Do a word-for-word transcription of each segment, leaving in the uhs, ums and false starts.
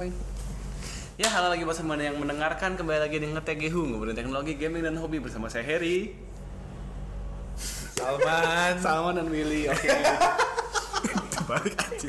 ngapain? Ya, halo lagi buat teman yang mendengarkan, kembali lagi di Ngetegehu, ngobrolin teknologi, gaming dan hobi bersama saya Harry, Salman, Salman dan Willy. Oke. Balik aja.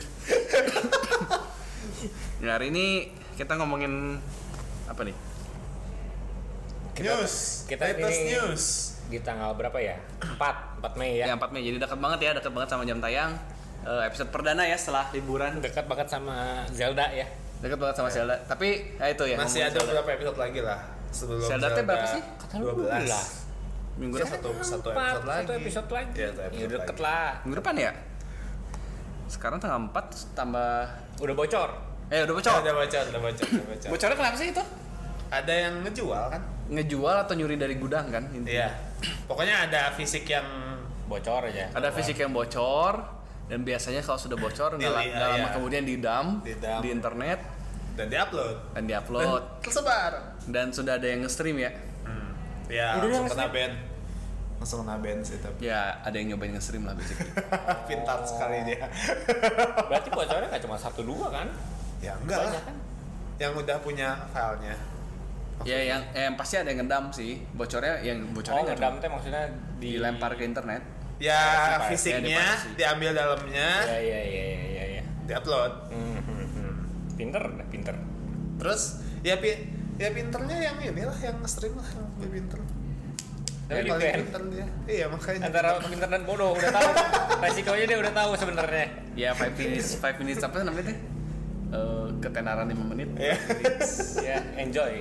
Ya, hari ini kita ngomongin apa nih? Kita, news, kita latest ini news di tanggal berapa ya? empat, empat Mei ya. Ya, empat Mei. Jadi dekat banget ya, dekat banget sama jam tayang. Uh, episode perdana ya setelah liburan. Dekat banget sama Zelda ya. Dekat banget sama Zelda. Tapi ya itu ya. masih ada Zelda. beberapa episode lagi lah sebelum Zelda teh berapa sih? Kata lu dua belas. Minggu Ya, depan. satu satu Empat, episode lagi. Satu episode lagi. Ya, satu episode Ya, deket lagi. lah. Minggu depan ya? Sekarang tanggal empat tambah Udah bocor. eh udah Ya, bocor. udah bocor, udah bocor, udah bocor. Bocornya kenapa sih itu? Ada yang ngejual kan? Ngejual atau nyuri dari gudang kan? Intinya. Iya. Pokoknya ada fisik yang Bocor aja. Ada fisik yang bocor dan biasanya kalau sudah bocor nggak la- Di- nggak lama iya. kemudian didump Didump. di internet dan diupload dan diupload dan tersebar. dan sudah ada yang nge-stream ya. Hmm. Ya, Udah langsung yang kena ban. Langsung kena ban sih tapi. Ya, ada yang nyobain nge-stream lah basically. Pintar sekali dia. Berarti bocornya nggak cuma satu dua kan? Ya enggak Banyak lah. kan? Yang udah punya filenya. Ya yang eh, yang pasti ada yang ngedump sih. Bocornya yang bocornya Oh, nggak ngedam cuma teh maksudnya di dilempar ke internet. Ya, Ya, fisiknya ya, dipatasi. diambil dalamnya, Ya ya ya ya ya. ya. diupload. Hmm, hmm, hmm. Pinter, dah, pinter. Terus ya pi ya pinternya yang inilah yang stream lah yang lebih pinter. Tapi Yang paling di-ban. pinter dia. Iya makanya. Antara pinter dan bodoh udah tahu. Resikonya dia udah tahu sebenarnya. Ya five minutes five minutes apa namanya teh? Eh, ketenaran lima menit. Iya. Ya, enjoy.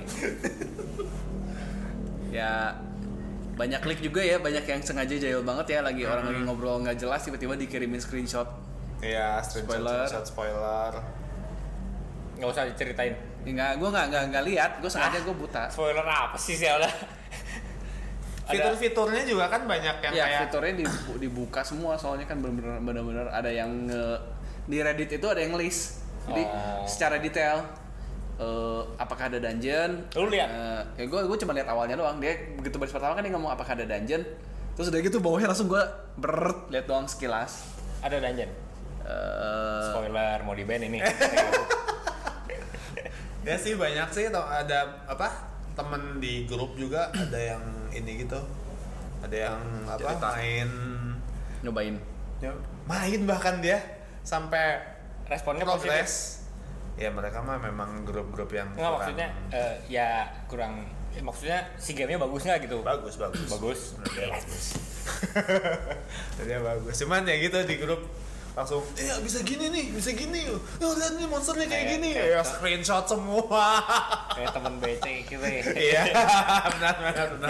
Ya banyak klik juga ya, banyak yang sengaja jahil banget ya, lagi Hmm. orang lagi ngobrol nggak jelas tiba-tiba dikirimin screenshot. Iya, screenshot, Spoiler. screenshot, spoiler. Nggak usah diceritain. Enggak, gue nggak nggak nggak lihat, gue sengaja gue buta. Spoiler apa sih Zelda? Fitur-fiturnya juga kan banyak yang Ya kayak fiturnya dibu- dibuka semua, soalnya kan benar-benar benar-benar ada yang nge- di Reddit itu ada yang list, jadi Oh. secara detail eh, apakah ada dungeon. Lu lihat? Eh, ya gue gue cuma lihat awalnya doang, dia begitu baris pertama kan dia ngomong apakah ada dungeon, terus udah gitu bawahnya langsung gue ber lihat doang sekilas. Ada dungeon. Eh, Spoiler mau di ban ini. ya sih banyak sih tau ada apa temen di grup juga ada yang ini gitu ada yang apa Cerita. main nyobain. ya, main bahkan dia sampai Responnya positif. progress ya mereka mah memang grup-grup yang Nggak kurang- maksudnya eh, ya kurang ya, maksudnya si gamenya bagus nggak gitu? bagus bagus Bagus. Menurut dia bagus dia bagus cuman ya gitu di grup langsung eh bisa gini nih bisa gini oh lihat nih monsternya kayak Kayak- gini kayak- ya screenshot semua Kayak temen B C gitu ya. iya benar benar benar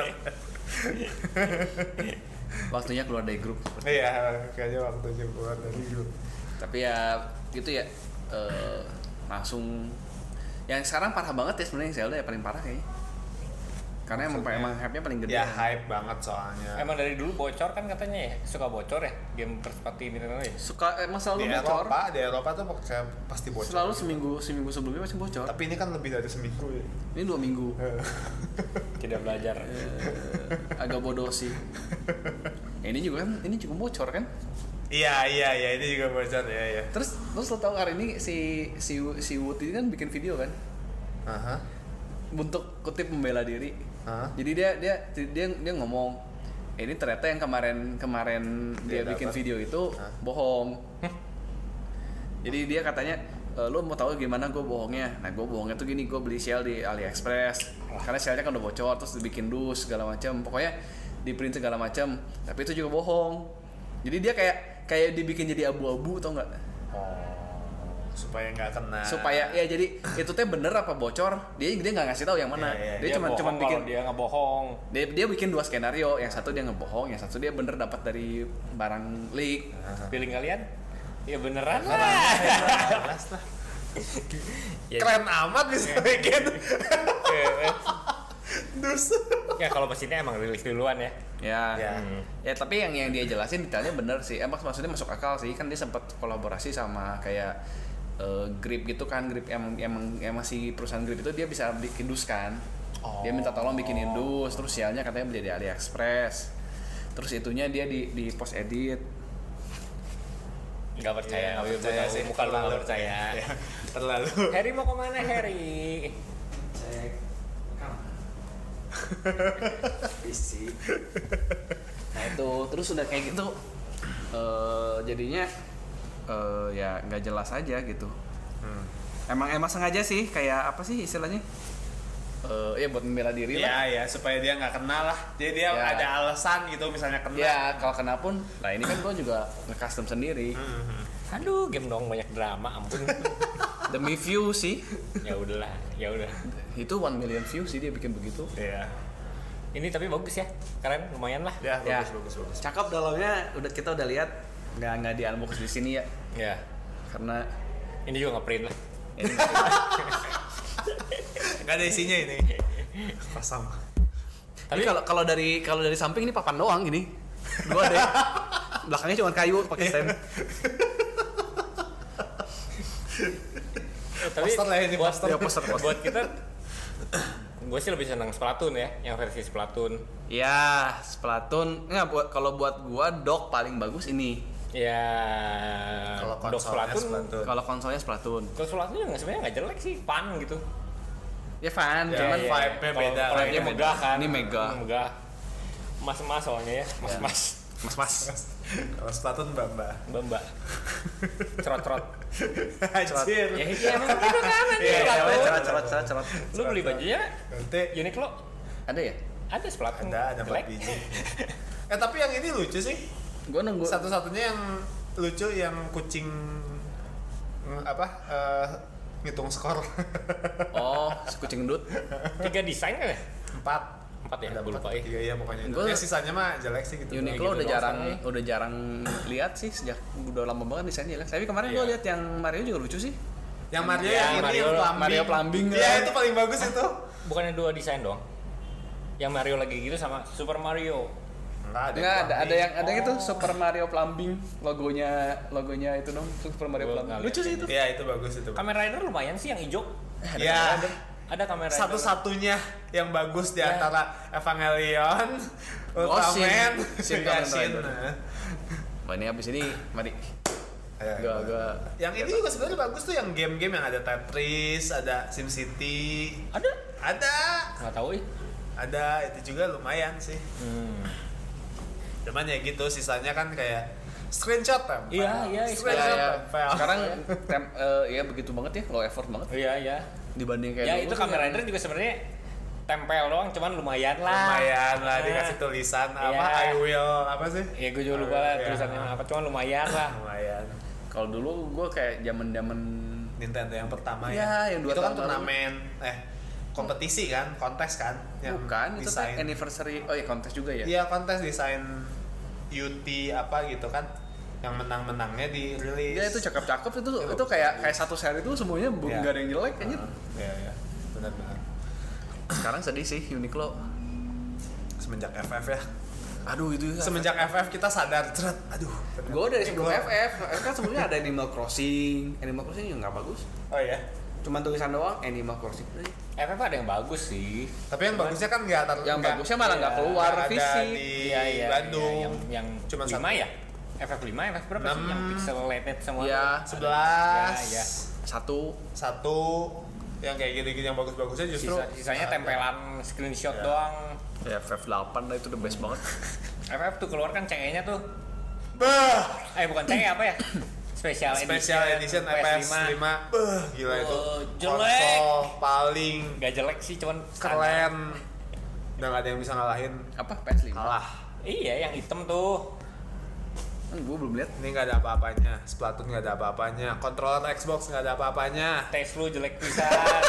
Waktunya keluar dari grup. iya kayaknya waktunya keluar dari grup Tapi ya gitu ya, eh, langsung yang sekarang parah banget ya sebenarnya, Zelda ya paling parah kayaknya, karena emang Maksudnya? emang hype-nya paling gede. ya hype banget soalnya Emang dari dulu bocor kan katanya ya, suka bocor ya game first party Nintendo ya. Suka emang di selalu bocor, Eropa di Eropa tuh pokoknya pasti bocor selalu seminggu seminggu sebelumnya pasti bocor. tapi ini kan lebih dari seminggu ya Ini dua minggu. Tidak belajar. Eh, agak bodoh sih. Ya, ini juga kan, ini cukup bocor kan. iya iya iya ini juga bocor ya ya Terus terus lo tau hari ini si si si Wood ini kan bikin video kan, aha untuk kutip membela diri. Hah? Jadi dia dia dia dia ngomong, "Eh, ini ternyata yang kemarin kemarin dia, Dia bikin dapat. video itu Hah? bohong." Jadi dia katanya, e, "Lo mau tahu gimana gue bohongnya?" Nah, gue bohongnya tuh gini, gue beli shell di AliExpress. Karena shellnya kan udah bocor, terus dibikin dus segala macam. Pokoknya di print segala macam. Tapi itu juga bohong. Jadi dia kayak kayak dibikin jadi abu-abu, tau nggak? oh supaya nggak kena Supaya ya jadi itu teh bener apa bocor, dia dia nggak ngasih tahu yang mana. Iya, iya. Dia, cuma bohong cuma bikin kalau dia nggak bohong. dia dia bikin dua skenario, yang satu dia ngebohong, yang satu dia bener dapat dari barang leak. Pilih kalian? Ya beneran lah. jelas lah Ya, keren amat bisa bikin eh, dus ya kalau mesinnya emang rilis duluan ya. Ya, Ya. hmm. ya tapi yang yang dia jelasin detailnya bener sih. Emang maksudnya masuk akal sih, kan dia sempat kolaborasi sama kayak eh, Grip gitu kan. Grip emang emang emang si perusahaan Grip itu dia bisa bikin dus kan. Dia minta tolong bikinin dus, terus sialnya katanya beli di AliExpress. Terus itunya dia di di post edit. Nggak percaya, Iya, nggak Gue percaya tahu sih. muka lu nggak Terlalu. percaya. Ya, terlalu. Harry mau kemana Harry? Cek. Isi. Nah itu terus udah kayak gitu eh jadinya eh ya nggak jelas aja gitu. Hmm. Emang emang sengaja sih kayak apa sih istilahnya? Eh ya buat membela diri lah. Iya, ya supaya dia nggak kenal lah. Jadi dia Ya. ada alasan gitu misalnya kena. Ya kalau kena pun, nah ini kan gue juga nge-custom sendiri. Hmm. Aduh, game dong banyak drama, ampun. Demi view sih. Ya udahlah, ya udah. Itu one million view sih dia bikin begitu. Iya. Ini tapi bagus ya, keren, lumayan lah. Ya, Ya. bagus bagus bagus. Cakep dalamnya udah kita udah lihat nggak nggak di unbox di sini ya Ya, karena ini juga nge-print lah. ini Nggak ada isinya ini. Kosong. tapi kalau kalau dari kalau dari samping ini papan doang ini dua deh belakangnya cuma kayu pakai stand. Tapi Poster lah ini, buat, poster. Ya, poster, poster. buat kita, gue sih lebih senang Splatoon ya, yang versi Splatoon. Ya Splatoon nggak buat kalau buat gua dock paling bagus ini. Ya, Kalau Dog konsolnya Splatoon, Splatoon. Kalau konsolnya Splatoon. kalau Splatoon juga sebenarnya nggak jelek sih, fun gitu. Ya fun, Ya, cuman iya. vibe-nya Kalau- beda. Kalau Vibe-nya dia beda. megah kan, Ini megah. Ini megah. Mas-mas soalnya ya, mas-mas. mas-mas. Kalau Splatoon mbak-mbak. Mbak-mbak. Cerot-cerot. Anjir. Ya, iya emang gitu kan. Iya, Iya, iya, Splatoon. cerot cerot cerot cerot. Lu beli bajunya Nanti Uniqlo? Ada ya? Ada Splatoon. ada ada empat Jelek. biji. Eh tapi yang ini lucu sih. Gua nunggu. Satu-satunya yang lucu yang kucing mm, apa eh, ngitung skor. Oh, si kucing gendut. Tiga desain kan ya? Empat. Empat ya, Ada gue lupa empat, ya. tiga ya pokoknya. itu. Gua- Ya sisanya mah jelek sih gitu. Uniqlo gitu udah doang jarang sekarang udah jarang lihat sih sejak udah lama banget desainnya kan. Tapi kemarin Iya. gua lihat yang Mario juga lucu sih. Yang Mario Ya, yang ini Mario- yang plumbing. Mario plumbing, Iya, kan? itu paling bagus itu. Bukannya dua desain doang? Yang Mario lagi gitu sama Super Mario. Enggak ada. Enggak ada ada yang ada yang itu Oh. Super Mario plumbing logonya logonya itu dong Super Mario Gua plumbing. nggak Lucu lihat sih itu. Iya, itu bagus itu. Kamen Rider lumayan sih yang hijau. Ya, Ada Kamen Rider. satu-satunya yang bagus di Ya. antara Evangelion, Oh, Ultraman, Shin. Shin ya, Kamen Shin. Rider. Nah. Wah ini abis ini mari Ayo, gua ayo. gua Yang ini juga sebenarnya bagus tuh yang game-game yang ada Tetris, ada SimCity. Ada? Ada. Nggak tahu ih. Ada, itu juga lumayan sih. Hmm. Cuman ya gitu, sisanya kan kayak screenshot tempel. Iya, iya, ya, Screenshot ya. tempel. Sekarang tem, eh, ya begitu banget ya low effort banget Iya, iya. dibanding kayak Ya dulu itu tuh Kamen ya. Rider juga sebenarnya tempel doang, cuman lumayan lah. Lumayan lah Ah. dikasih tulisan apa Iya. I will apa sih? Ya gue juga lupa lah Iya. tulisannya apa, cuman lumayan lah. Lumayan. Kalau dulu gua kayak zaman-zaman Nintendo yang pertama Iya, ya. yang dua itu kan tahun lalu. turnamen eh kompetisi kan, kontes kan yang bukan itu desain. kan anniversary. Oh iya kontes juga ya. Iya, kontes desain U T apa gitu kan. Yang menang-menangnya dirilis. Ya itu cakep-cakep itu Iya, itu bagus, kayak bagus. kayak satu seri itu semuanya bu- Iya. nggak ada yang jelek kayaknya. Iya, iya. Benar-benar. Sekarang sedih sih Uniqlo. Semenjak F F ya. Aduh itu Semenjak F F kita sadar, ceret. Aduh. gue dari sebelum Gua- F F, F F kan sebelumnya ada Animal Crossing, Animal Crossing yang nggak bagus, Oh iya. cuman tulisan doang Animal Crossing. F F ada yang bagus sih. Tapi yang bagusnya kan nggak tar- Yang nggak- bagusnya malah nggak iya, keluar nggak ada fisik. di Iya, iya, Bandung. iya, yang yang Cuman lima satu. ya? F F lima, F F berapa sih? Enam. Yang pixelated semua. Iya. sebelas Ya, ya. Satu, satu yang kayak gitu-gitu yang bagus-bagusnya justru Sisa, sisanya ada. tempelan screenshot Iya. doang. ya F F delapan lah itu the best banget. F F tuh keluar kan C E-nya tuh. Bah, Eh bukan C E apa ya? Special, special edition F S lima. Bah, gila itu. Oh, jelek. Konsol paling Gak jelek sih, cuman standar. keren. Udah gak ada yang bisa ngalahin. Apa P S lima? Kalah. Iya, yang hitam tuh. Kan gue belum lihat. Ini gak ada apa-apanya. Splatoon gak ada apa-apanya. Controller Xbox gak ada apa-apanya. Tes lu jelek pisan.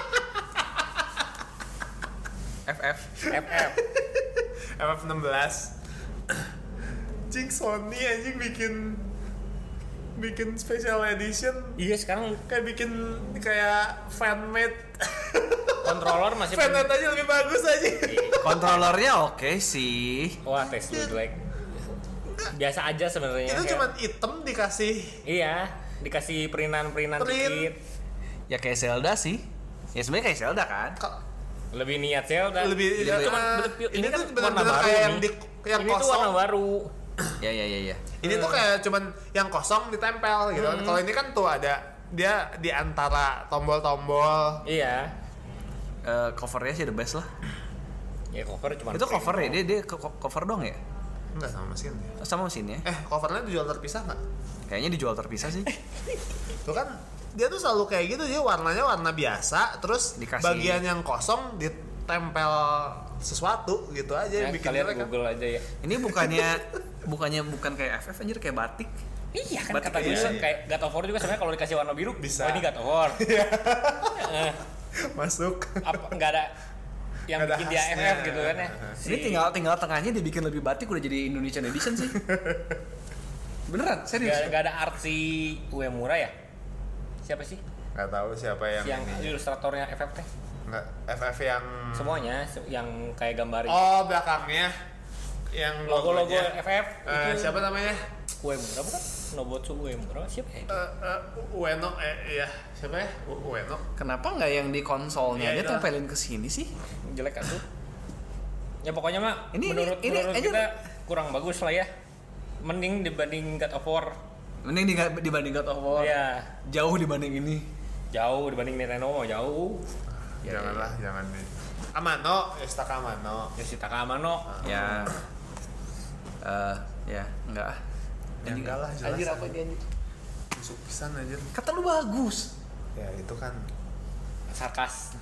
F F. F F. F F enam belas. Cing Sony anjing bikin bikin special edition Iya sekarang kayak bikin kayak fanmade. controller masih Fanmade aja lebih bagus aja. Kontrolernya oke sih. Wah, tes lu jelek. Biasa aja sebenarnya. Itu kayak- cuma item dikasih Iya, dikasih perinan-perinan Print. dikit. Ya kayak Zelda sih. Ya sebenarnya kayak Zelda kan. kok Lebih niat Zelda. lebih Lebih- ya, cuman cuma bener- ini, kan tuh benar-benar warna baru kayak yang nih. di yang ini tuh warna kosong. baru. Ya ya ya ya. Ini tuh kayak cuman yang kosong ditempel gitu kan. Kalau ini kan tuh ada dia di antara tombol-tombol. Iya. Uh, covernya sih the best lah. Ya cover cuma. Itu cover ya, dia dia co- cover dong ya? Enggak sama mesin ya. Sama mesinnya. Eh, covernya dijual terpisah nggak? Kayaknya dijual terpisah sih. Tuh kan dia tuh selalu kayak gitu, dia warnanya warna biasa, terus Dikasih. bagian yang kosong ditempel sesuatu gitu aja Ya, yang bikin kalian jelek kan. Google aja ya. Ini bukannya bukannya bukan kayak F F anjir, kayak batik. Iya kan Batik kata gue iya, juga iya. kayak God of War juga sebenarnya kalau dikasih warna biru Bisa. oh ini God of War. Eh, Masuk. apa nggak ada yang Nggak ada bikin dia F khasnya. F gitu kan ya. Ini tinggal tinggal tengahnya dibikin lebih batik udah jadi Indonesian edition sih. Beneran, serius. Nggak nggak ada artsy Uemura ya? Siapa sih? Nggak tahu siapa yang, Yang ini. ilustratornya F F teh? Nggak, F F yang Semuanya se- yang kayak gambar Oh, belakangnya yang logo-logo logonya. F F Eh, itu siapa namanya? Uemura bukan? Nobotsu Uemura siapa ya? Eh, eh, Ueno eh iya, siapa ya? U- Ueno. Kenapa nggak yang di konsolnya Iya, dia itu. tempelin ke sini sih? Jelek kan tuh. Ya pokoknya mah Ini- menurut ini- menurut ini- kita kurang bagus lah ya. Mending dibanding God of War. Mending di- dibanding God of War. Iya. Jauh dibanding ini. Jauh dibanding Nintendo mah jauh. Ya, Janganlah, jangan nih. Amano, Yostaka Amano. Yoshitaka Amano. Ya. Eh, ya, enggak. ah. Ya enggak lah, jelas. Anjir apa dia anjir? Busuk pisan anjir. Kata lu bagus. Ya itu kan. Sarkas.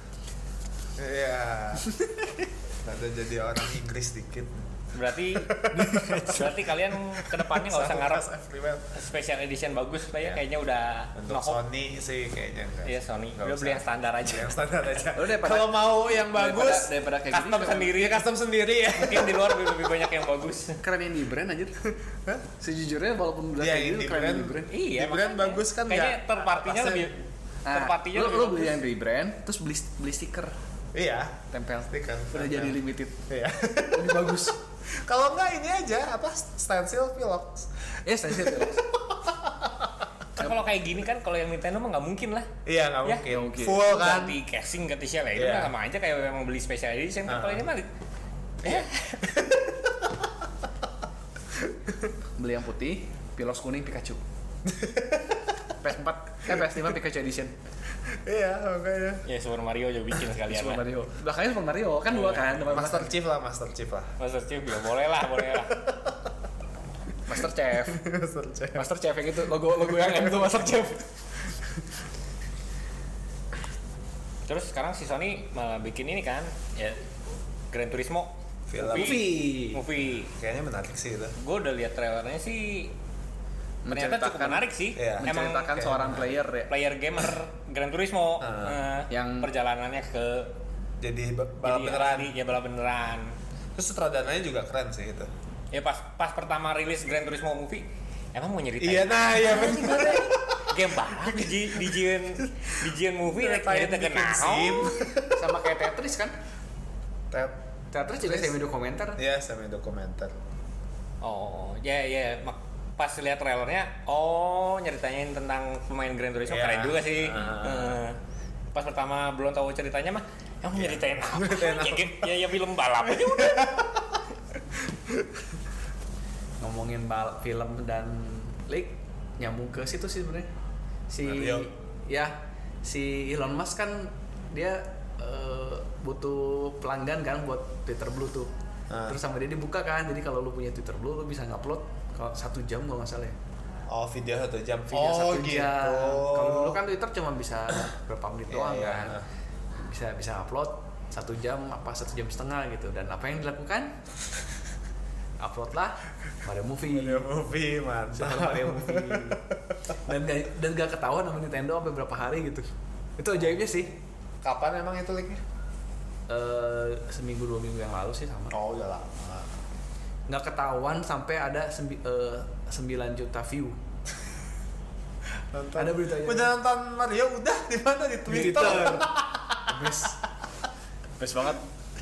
Iya. Ada jadi orang Inggris dikit. Berarti berarti kalian kedepannya nggak usah ngarep Sarkas everywhere. special edition bagus lah ya. Ya. Kayaknya udah Untuk nohok. Sony sih kayaknya enggak. Iya Sony. Nggak Udah beli usah. yang standar aja. Yang standar aja. Lu daripada- Kalau mau yang daripada- bagus, daripada kayak Custom gini, sendiri. ya custom sendiri ya. Mungkin di luar lebih, lebih banyak yang bagus. Keren yang di brand anjir. Sejujurnya walaupun udah Iya, kayak yang gitu di keren yang brand. di brand. Iya. Di brand makanya. bagus kan Kayaknya nggak- third party-nya atasnya- lebih Nah, third party-nya lu, lebih lu bagus. beli yang di brand, terus beli beli stiker Iya. tempel. Stiker. Udah jadi limited. Iya. Lebih bagus. Kalau enggak ini aja apa stencil Pilox. Ya, saya sih. Kan kalau kayak gini kan kalau yang Nintendo mah nggak mungkin lah. Iya nggak Ya, mungkin. mungkin. Full kan. Ganti casing, ganti shell ya itu Iya. mah sama aja kayak memang beli special edition. Kan Uh-uh. kalau ini mah ya Beli yang putih, pilos kuning Pikachu. P S empat, eh P S lima Pikachu Edition. Iya makanya. ya Super Mario juga bikin sekalian Super lah. Mario. Belakangnya Super Mario kan dua kan, depan Master belakang. Chief lah, Master Chief lah. Master Chief ya boleh lah, boleh lah. Master Chef. Master Chief. Master Chef yang itu logo logo yang M itu Master Chef. Terus sekarang si Sony malah bikin ini kan, ya Gran Turismo Film. Movie. movie. Kayaknya menarik sih itu. Gue udah lihat trailernya sih, ternyata cukup Menceritakan- menarik sih. Iya. Emang Menceritakan kayak seorang menarik. player ya. player gamer Gran Turismo, Ah. eh, Yang- perjalanannya ke Jadi ba- balap jadi beneran. asli, ya balap beneran. Terus sutradaranya juga keren sih itu. Ya pas pas pertama rilis Gran Turismo movie, emang mau nyeritain Iya nah, iya benar. game balap di di Jian di Jian movie rek Nyeritain nyerita bikin kenal. SIM. Sama kayak Tetris kan? Tet. Tetris juga semi dokumenter. Iya, semi dokumenter. Oh, ya ya mak- pas lihat trailernya, oh nyeritain tentang pemain Gran Turismo Iya. keren juga sih. Ah. Eh, pas pertama belum tahu ceritanya mah, emang nyeritain apa? Nyeritain ya, apa? game- ya, ya film balap aja udah. Ngomongin bal- film dan league nyambung ke situ sih sebenarnya. Si Mario. ya si Elon Musk kan dia eh, butuh pelanggan kan buat Twitter Blue tuh. Ah. Terus sama dia dibuka kan. Jadi kalau lu punya Twitter Blue lu bisa ngupload kalau satu jam kalau nggak salah ya. Oh, video satu jam. Video oh, satu gitu. jam. Kalau dulu kan Twitter cuma bisa berapa menit Iya, doang iya. kan. Bisa bisa upload satu jam apa satu jam setengah gitu. Dan apa yang dilakukan? Upload lah Mario Movie. Video movie, Super mantap. Mario Movie. Dan gak, dan gak ketahuan sama Nintendo sampai berapa hari gitu. Itu ajaibnya sih. Kapan emang itu link-nya? Eh, seminggu dua minggu yang lalu sih sama. Oh, udah lama. Nggak ketahuan sampai ada sembi, eh, sembilan juta view. Nonton. Ada beritanya. Udah nonton Mario udah di mana di Twitter. Best. Best banget.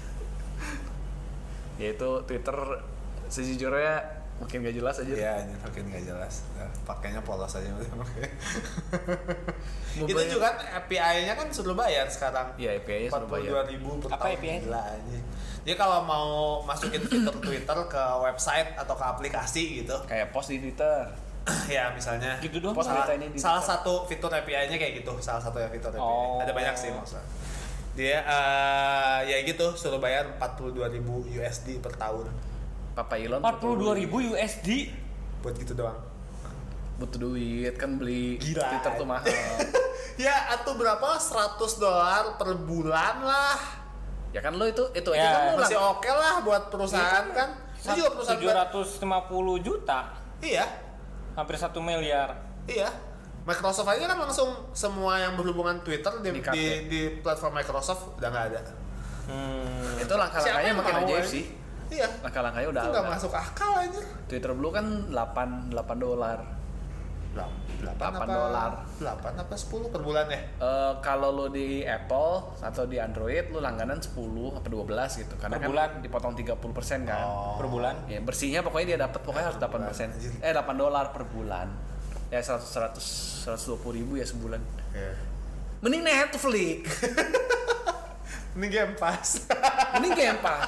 Yaitu Twitter sejujurnya makin gak jelas aja. Iya, ini makin nggak jelas. Nah, pakainya polos aja udah pakai. Itu Mobile- juga kan A P I-nya kan suruh bayar sekarang. Iya, A P I-nya suruh empat puluh bayar. dua ribu per Apa tahun. A P I? Gila aja. Jadi kalau mau masukin fitur Twitter ke website atau ke aplikasi gitu, Kayak post di Twitter. ya misalnya Gitu doang. Post salah, beritanya di salah Twitter. satu fitur A P I-nya kayak gitu, salah satu ya fitur A P I. Oh. Ada banyak sih maksudnya. Dia eh, ya gitu suruh bayar empat puluh dua ribu U S D per tahun Papa Elon empat puluh dua ribu U S D. buat gitu doang. butuh duit kan beli Gila. Twitter tuh mahal. Ya atau berapa seratus dolar per bulan lah. Ya kan lo itu itu Ya, aja kan lo Masih lang- oke lah buat perusahaan kan. Itu juga perusahaan tujuh ratus lima puluh juta, Iya, hampir satu miliar. iya. Microsoft aja kan langsung semua yang berhubungan Twitter di, Di-cut di, ya? di platform Microsoft udah nggak ada. Hmm. itu langkah-langkahnya yang makin mau, ajaib eh? sih. Iya. Langkah-langkahnya udah Itu nggak udah. masuk akal aja. Twitter Blue kan delapan dolar. delapan delapan apa? dolar. delapan apa sepuluh per bulan ya? Eh, kalau lo di Apple atau di Android lo langganan sepuluh apa dua belas gitu karena Per kan bulan. dipotong tiga puluh persen kan. Oh. Per bulan. Ya, bersihnya pokoknya dia dapat pokoknya harus delapan persen. Anjir. Eh delapan dolar per bulan. Ya seratus seratus seratus dua puluh ribu ya sebulan. Iya. Mending Netflix. Ini Game Pass. Mending Game Pass.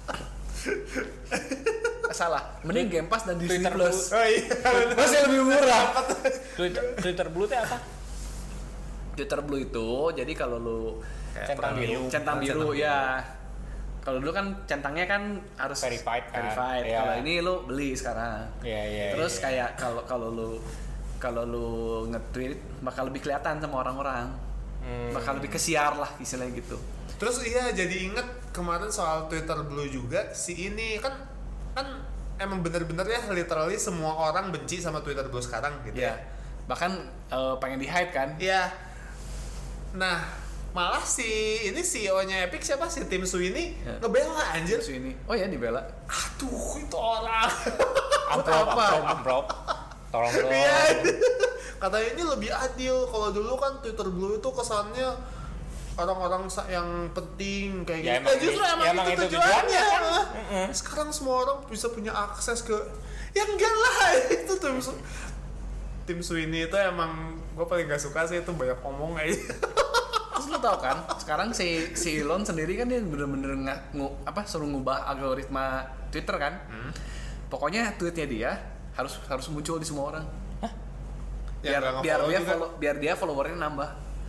Eh, salah. Mending Game Pass dan Disney Twitter Plus. Oh iya. Masih lebih murah. Twitter, Twitter Blue itu apa? Twitter Blue itu jadi kalau lu Centang biru. centang biru ya. Kalau dulu kan centangnya kan harus Verified kan? verified. Iya. Kalau ini lu beli sekarang. Iya, iya. Terus iya. kayak kalau kalau lu kalau lu nge-tweet bakal lebih kelihatan sama orang-orang. Hmm. Bakal lebih kesiar lah istilahnya gitu. Terus iya jadi inget kemarin soal Twitter Blue juga si ini kan kan emang bener-bener ya literally semua orang benci sama Twitter Blue sekarang gitu Iya. ya. Bahkan eh, pengen di-hide kan. Iya. Nah, malah si ini C E O-nya Epic siapa sih Tim Sweeney Ya. ngebela anjir. Terus ini. Oh ya dibela. Aduh, itu orang. Buat Amplop, apa? amplop, amplop. Tolong dong. Iya. Katanya ini lebih adil. Kalau dulu kan Twitter Blue itu kesannya orang-orang sa- yang penting kayak Ya, gitu. emang Eh, justru ini- emang ya, itu emang itu tujuannya. tujuannya kan. Nah, sekarang semua orang bisa punya akses ke ya enggak lah itu Tim Su- Tim Sweeney itu emang gue paling gak suka sih itu banyak ngomong aja. Terus lu tau kan, sekarang si si Elon sendiri kan dia bener-bener nggak ngu, apa suruh ngubah algoritma Twitter kan. Hmm. Pokoknya tweetnya dia harus harus muncul di semua orang. Yang Biar nggak biar nge-follow dia juga. follow, biar dia followernya nambah.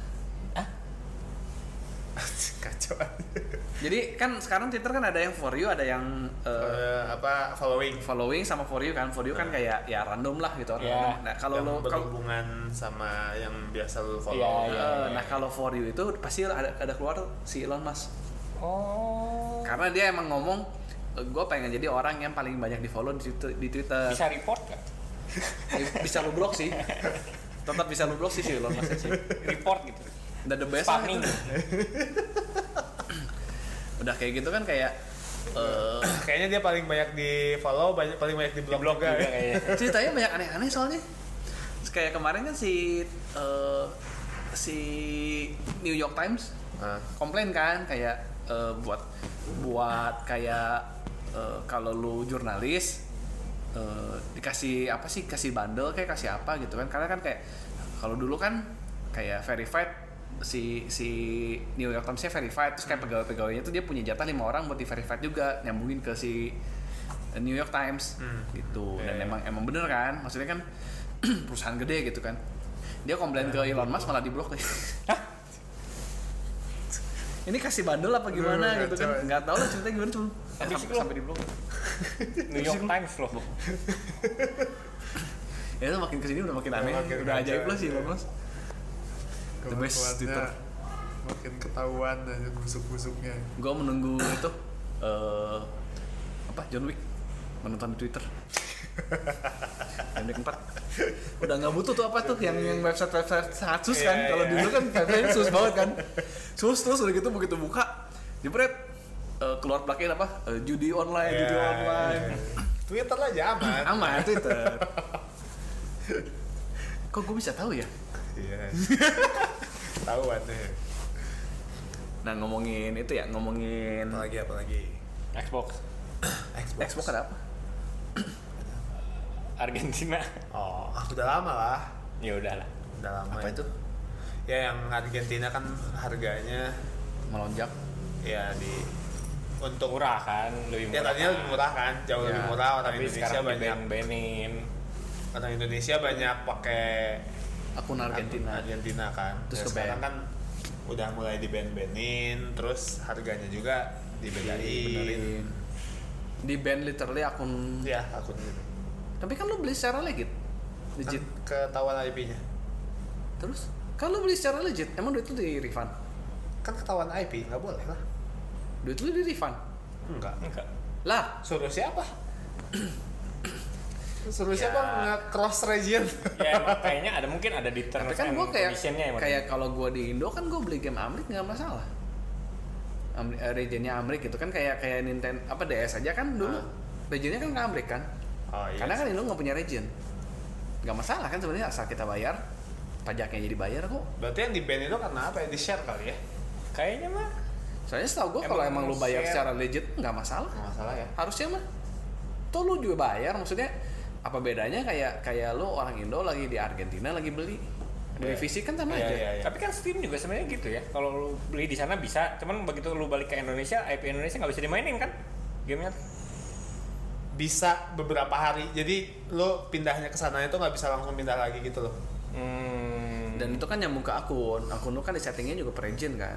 Kacau. Jadi kan sekarang Twitter kan ada yang for you, ada yang eh, Eh, apa following following sama for you kan. For you kan kayak ya random lah gitu. Iya. random. Nah kalau yang lo kalau berhubungan sama yang biasa lu follow. Iya, iya. eh, nah kalau for you itu pasti ada ada keluar si Elon Musk. Oh. Karena dia emang ngomong gue pengen jadi orang yang paling banyak di follow di Twitter. Di Twitter. Bisa report nggak? Ya, bisa lu blok sih. Tetap bisa lu blok sih si Elon Musk sih. Report gitu. Udah the best lah Spamming. itu. Udah kayak gitu kan kayak eh, Kayaknya dia paling banyak di follow, banyak paling banyak di blog Blog juga. juga ya. kayaknya. ceritanya banyak aneh-aneh soalnya. Terus kayak kemarin kan si eh, si New York Times Ah. komplain kan kayak eh, buat buat kayak eh, kalau lu jurnalis eh, dikasih apa sih, kasih bundle kayak kasih apa gitu kan, karena kan kayak kalau dulu kan kayak verified si si New York Times-nya verified, terus kayak pegawai-pegawainya tuh dia punya jatah lima orang buat di verified juga nyambungin ke si New York Times Hmm. gitu. Dan Iya, iya. emang emang bener kan, maksudnya kan perusahaan gede gitu kan, dia komplain ke Elon Musk malah diblok deh. Ini kasih bandel apa gimana Aduh, gitu kan, kacau. nggak tahu lah ceritanya gimana, cuma Tapi sampai, sih, sampai diblok. New York Times loh. Ya itu makin kesini udah makin aneh, Makin udah kacau. ajaib lah sih Elon Musk. The best Kelakuannya Twitter. makin ketahuan aja busuk-busuknya. Gue menunggu itu eh apa John Wick menonton di Twitter. John Wick empat. Udah nggak butuh tuh apa tuh yang yang website website sus kan. Iya, Kalau iya. dulu kan website sus banget kan. Sus terus udah gitu begitu buka jebret eh, keluar belakangnya apa Eh, judi online, judi Iya, online. iya. Twitter aja aman. Aman Twitter. Kok gue bisa tahu ya? Iya. Tahuan deh. Nah ngomongin itu ya, ngomongin Apalagi apalagi. Xbox. Xbox. Xbox ada apa? Argentina. Oh, udah lama lah. Ya udahlah. Udah lama. Apa itu? Ya yang Argentina kan harganya Melonjak. ya di untuk murah kan, lebih murah. Ya tadinya lebih murah kan, jauh Ya, lebih murah. Orang Tapi Indonesia sekarang banyak diben-benin. orang Indonesia banyak pakai Akun Argentina. Argentina kan. Terus Terus ke sekarang ban. kan udah mulai diben-benin, terus harganya juga dibedain. Benerin. Di ban literally akun. Ya akun gitu. Tapi kan lu beli secara legit. Legit. Kan ketahuan I P-nya. Terus kan lu beli secara legit, emang duit lu di refund? Kan ketahuan I P, nggak boleh lah. Duit lu di refund? Enggak. Enggak. Lah, Suruh siapa? Suruh Ya. siapa nge-cross region? Ya emang kayaknya ada mungkin ada di terms tapi kan and gua kayak condition-nya emang. kayak kalau gua di Indo kan gua beli game Amrik nggak masalah. Amri, eh, regionnya Amrik gitu kan kayak kayak Nintendo apa D S aja kan dulu. Ah. Regionnya kan ke Amrik kan. Oh iya. Karena kan Indo nggak punya region. Nggak masalah kan sebenarnya asal kita bayar pajaknya jadi bayar kok. Berarti yang di ban itu karena apa ya? Di share kali ya? Kayaknya mah Soalnya setahu gua Emang kalau emang lu bayar share. secara legit nggak masalah. Nggak masalah ya. Harusnya mah. Tuh lu juga bayar maksudnya apa bedanya kayak kayak lu orang Indo lagi di Argentina lagi beli beli Iya. fisik kan sama Iya, aja. iya, iya. tapi kan Steam juga sebenarnya gitu ya. Kalau lu beli di sana bisa, cuman begitu lu balik ke Indonesia, I P Indonesia nggak bisa dimainin kan gamenya. Bisa beberapa hari. Jadi lo pindahnya ke sana itu nggak bisa langsung pindah lagi gitu loh. Hmm. Dan itu kan nyambung ke akun. Akun lu kan di settingnya juga per region kan.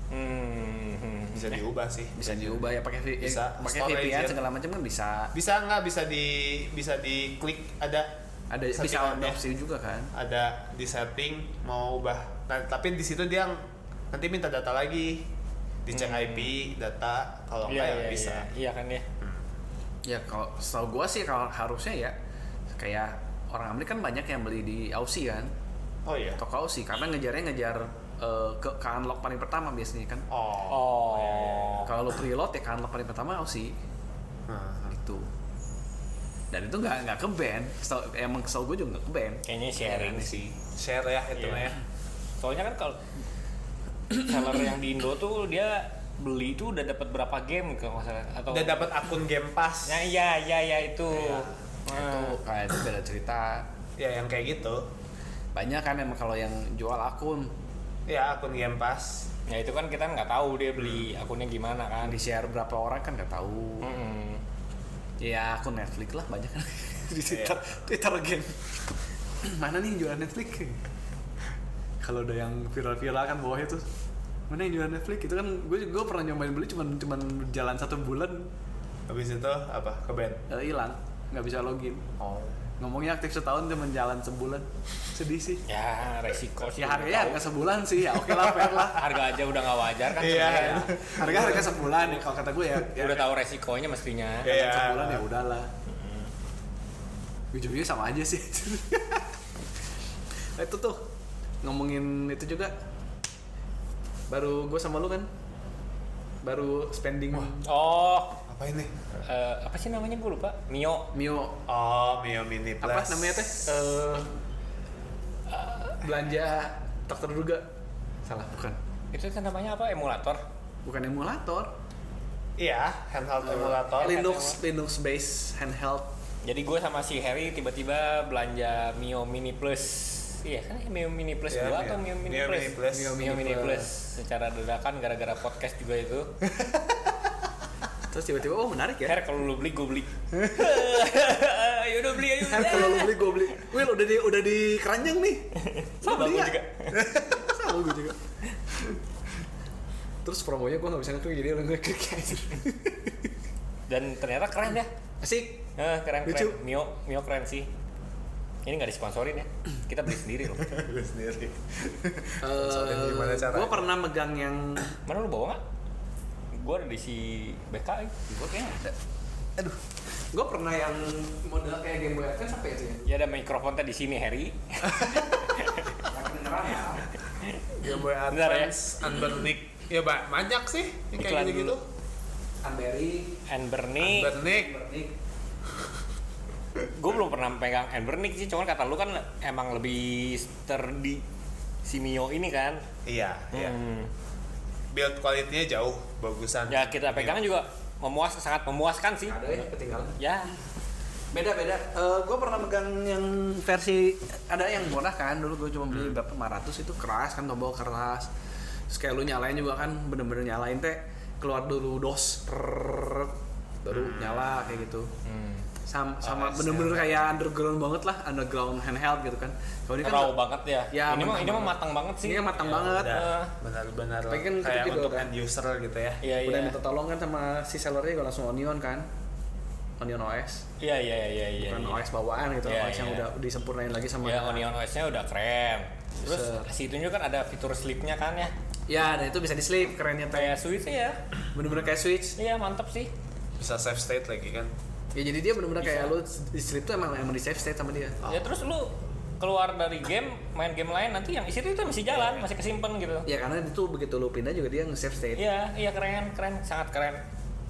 Hmm. Bisa diubah sih. Bisa diubah ya pakai V- Bisa. eh, pakai Storage V P N ya. segala macam kan bisa. Bisa nggak? Bisa di bisa diklik ada Ada bisa settingannya. ada opsi juga kan. Ada di setting mau ubah. Nah, tapi di situ dia nanti minta data lagi. Dicek Hmm. I P, data. Kalau Iya, nggak ya iya, bisa. iya. Iya kan ya. Ya kalau setahu gua sih kalau harusnya ya kayak orang Amerika kan banyak yang beli di Aussie kan. Oh iya. Toko Aussie karena ngejarnya ngejar eh, ke, ke unlock paling pertama biasanya kan. Oh. Oh. iya, iya, iya. Kalau lu preload ya ke unlock paling pertama Aussie Nah, itu. Dan itu nggak nggak ke ban. Emang kesel gue juga nggak ke ban. Kayaknya sharing sih. share ya itu Iya. ya. Soalnya kan kalau seller yang di Indo tuh dia beli tuh udah dapat berapa game kalau nggak salah atau Udah dapat akun Game Pass. Ya iya iya iya itu. Iya. Itu Nah, kayak itu beda cerita. Ya yang kayak gitu. Banyak kan emang kalau yang jual akun Ya akun Game Pass. ya itu kan kita nggak tahu dia beli akunnya gimana kan. di share berapa orang kan nggak tahu. Mm-mm. Ya akun Netflix lah banyak kan di Twitter, Twitter again. Mana nih yang jualan Netflix? Kalau udah yang viral-viral kan bawahnya tuh mana yang jualan Netflix itu kan gue gue pernah nyobain beli cuman cuman jalan satu bulan Habis itu apa? Ke band. eh, hilang nggak bisa login. Oh. Ngomongnya aktif setahun cuman jalan sebulan sedih sih. Ya resiko sih. Ya harganya harga sebulan sih ya oke lah fair lah. Harga aja udah nggak wajar kan Iya. sebenarnya. Harga harga sebulan ya kalau kata gue ya. ya Udah tahu resikonya mestinya. Iya. sebulan ya udahlah. Ujung-ujungnya sama aja sih. Nah, itu tuh ngomongin itu juga baru gue sama lu kan baru spending Oh, Apa ini? eh, apa sih namanya gue lupa. Mio. Mio Oh, Mio Mini Plus. apa namanya teh Eh, belanja tak terduga salah bukan Itu kan namanya apa? Emulator. bukan emulator Iya, handheld emulator. Linux Linux based handheld. Jadi gue sama si Harry tiba-tiba belanja Mio Mini Plus. Iya kan Mio Mini Plus Iya, dua Mio- atau Mio Mini Mio Plus? Mini Plus. Mio, Mio Mini Mini Plus. Secara dadakan gara-gara podcast juga itu. Terus tiba-tiba oh menarik ya. Her kalau lu beli gue beli. Ayo udah beli ayo. Kan kalau lu beli gue beli. Will udah di udah di keranjang nih. Lu Sama beli gue nggak? juga. Sama gue juga. Terus promonya gue nggak bisa ngeklik jadi lu ngeklik aja. Dan ternyata keren ya. Asik. Eh, keren Lucu. keren. Mio Mio keren sih. Ini nggak disponsorin ya. Kita beli sendiri loh. Lu sendiri. Eh, Gimana caranya? gue pernah megang yang Mana lu bawa nggak? Gue ada di si B K. eh. gue kayaknya ada. Aduh. Gue pernah yang model kayak Game Boy Advance apa itu ya? Ya ada mikrofonnya di sini Harry. Yang kedengeran ya. Game Boy Benar ya? Advance, Unburnick. Ya ba- banyak sih yang kayak Iklan gitu-gitu. dulu. Unberry, And Bernie. Unburnick. Unbernick. Gue belum pernah pegang Embernick sih, cuman kata lu kan emang lebih sturdy si Mio ini kan. Iya, iya. Hmm. Build quality-nya jauh bagusan. Ya kita pegang juga memuas sangat memuaskan sih. Ada ya ketinggalan. Ya. Beda beda. gue pernah megang yang versi ada yang murah kan dulu gue cuma beli berapa lima ratus itu keras kan tombol keras. Terus kayak lu nyalain juga kan bener-bener nyalain teh keluar dulu dos prrrr, baru hmm. nyala kayak gitu. Hmm. Sama, sama oh, bener-bener ya. Kayak underground banget lah, underground handheld gitu kan. Kalau ini kan raw banget ya. Ya ini mah ini mah matang banget sih. Ini matang ya, banget. Uh, benar-benar kan kayak untuk end user gitu ya. Iya, udah iya. minta tolong kan sama si sellernya kalau langsung Onion kan. Onion O S. Iya iya iya iya. Bukan iya. O S bawaan gitu, ya, O S ya. yang udah disempurnain lagi sama. Ya Onion O S-nya udah keren. Terus si itunya kan ada fitur sleep-nya kan ya. Ya, dan itu bisa di sleep, kerennya tuh. Kayak Switch ya. Bener-bener kayak Switch. Iya, mantap sih. Bisa save state lagi kan. Ya jadi dia benar-benar kayak lu di sleep tuh emang emang di save state sama dia. Oh. Ya terus lu keluar dari game, main game lain nanti yang isi itu masih jalan, yeah. masih kesimpan gitu. Ya karena itu begitu lu pindah juga dia nge-save state. Iya, iya keren, keren, sangat keren.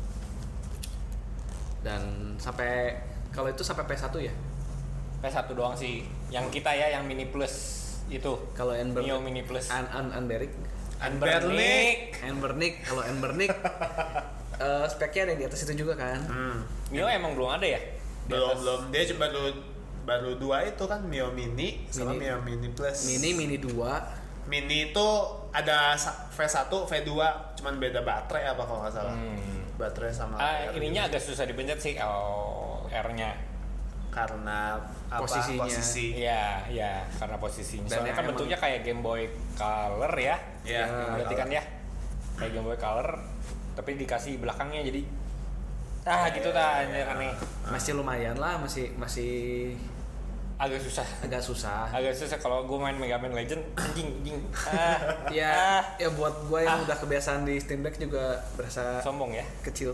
Dan sampai kalau itu sampai P S satu ya? P S satu doang sih. Yang kita ya yang Mini Plus itu. Kalau Enber Mio Mini Plus. An An Anberic. Anbernic. Anbernic. Kalau Anbernic Uh, speknya ada di atas itu juga kan? Hmm. Mio emang belum ada ya? Belum belum dia cuma baru baru dua itu kan Mio Mini sama Mini, Mio Mini Plus. Mini Mini dua. Mini itu ada V satu, V dua, cuman beda baterai apa kalau nggak salah. Hmm. Baterai sama. Ah, ininya agak susah dipencet sih, oh, R-nya. Karena apa? Posisinya. Posisi. Iya, iya, karena posisinya. Soalnya kan emang bentuknya kayak Game Boy Color ya. Iya. Ya, berarti kan ya. Kayak Game Boy Color tapi dikasih belakangnya jadi ah gitu ta aneh. Masih lumayan lah, masih masih agak susah. Agak susah. Agak susah kalau gue main Mega Man Legend anjing anjing. Ah, ya, ah. ya buat gue yang ah. udah kebiasaan di Steam Deck juga berasa sombong ya. Kecil.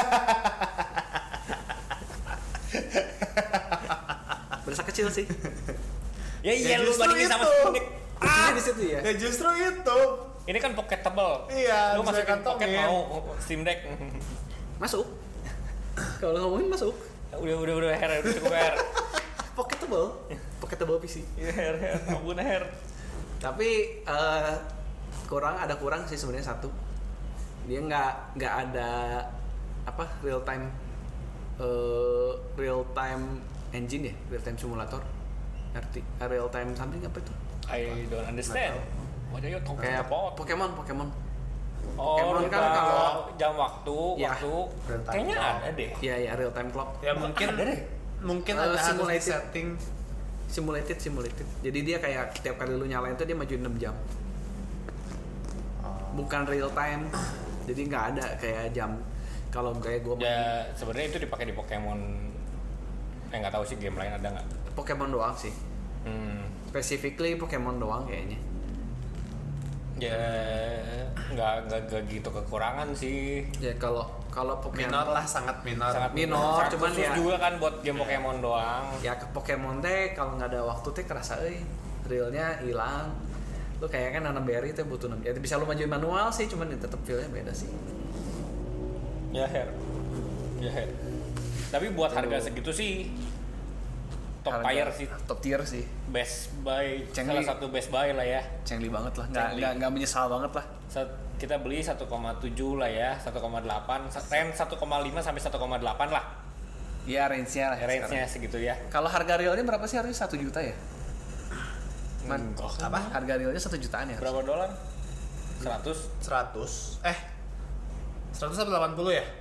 Berasa kecil sih. Ya iya ya, lu bandingin sama Steam Deck. Ah, di situ ya. Ya justru itu. Ini kan pocketable. Iya, lu masukin pocket mau Steam Deck. Masuk. Kalau ngomongin masuk. Udah udah udah her udah cukup her. Pocketable. Pocketable P C. Iya her her. Ampun her. Tapi uh, kurang ada kurang sih sebenarnya satu. Dia nggak nggak ada apa real time uh, real time engine ya, real time simulator. Arti real time something apa itu? I don't understand. What are you talking kayak about? Pokemon, Pokemon. Oh, Pokemon kan kalau jam waktu, ya, waktu kayaknya clock. Ada deh. Iya, ya real time clock. Ya mungkin ada deh. Mungkin uh, ada simulated setting. Simulated, simulated. Jadi dia kayak tiap kali lu nyalain tuh dia majuin enam jam. Bukan real time. Jadi nggak ada kayak jam. Kalau kayak gue ya sebenarnya itu dipakai di Pokemon. Eh nggak tahu sih game lain ada nggak? Pokemon doang sih. Hmm. Specifically Pokemon doang kayaknya. Ya nggak nggak gitu kekurangan sih. Ya kalau kalau Pokemon minor lah, sangat minor. Sangat minor, sangat cuman ya juga kan buat game Pokemon ya, doang. Ya ke Pokemon teh kalau nggak ada waktu teh kerasa euy. Realnya hilang. Lu kayak kan nanam berry teh butuh enam. Ya bisa lu majuin manual sih, cuman ya tetap feel-nya beda sih. Ya her. Ya her. Tapi buat harga segitu sih top harga, tier sih, top tier sih, best buy, Cengli, salah satu best buy lah ya. Cengli banget lah, nggak nggak nggak menyesal banget lah. Kita beli satu koma tujuh lah ya, satu koma delapan, range satu koma lima sampai satu koma delapan lah. Iya range-nya lah. Range-nya segitu ya. Kalau harga realnya berapa sih, harusnya satu juta ya? Man, hmm, apa? Harga realnya satu jutaan ya? Berapa dolar? Seratus? Seratus? Eh, seratus atau delapan puluh ya?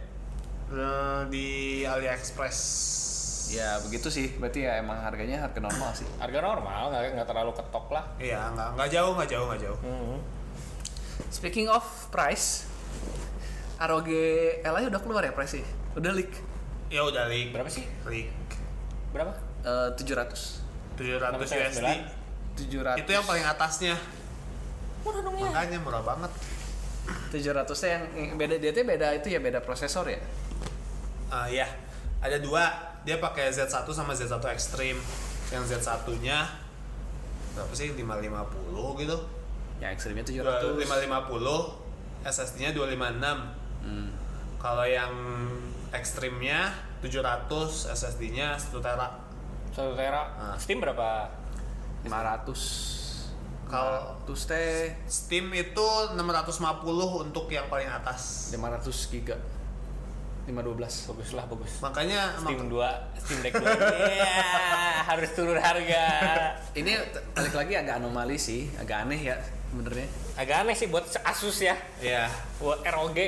Di AliExpress. Ya begitu sih, berarti ya emang harganya harga normal sih. Harga normal, nggak nggak terlalu ketok lah. Iya, nggak nggak jauh nggak jauh nggak jauh. Mm-hmm. Speaking of price, R O G Ally udah keluar ya price sih? Udah leak? Ya udah leak. Berapa sih? Leak. Berapa? Uh, tujuh ratus. tujuh ratus U S D. tujuh ratus. Itu yang paling atasnya. Murah dong ya. Makanya murah banget. tujuh ratus yang beda dia tuh beda itu ya beda prosesor ya? Ah uh, ya. Ada dua. Dia pakai Z satu sama Z satu Extreme. Yang Z satu-nya berapa sih? lima lima nol gitu. Yang Extreme-nya tujuh ratus. lima lima nol, S S D-nya dua lima enam. Hmm. Kalau yang Extreme-nya tujuh ratus, S S D-nya satu tera. satu tera. Nah. Steam berapa? lima ratus. Kalau teh Steam itu enam ratus lima puluh untuk yang paling atas. lima ratus giga. lima dua belas. Bagus lah, bagus. Makanya Steam dua, Steam Deck dua. Iya, harus turun harga. Ini balik lagi agak anomali sih, agak aneh ya sebenarnya. Agak aneh sih buat Asus ya. Iya. Buat R O G.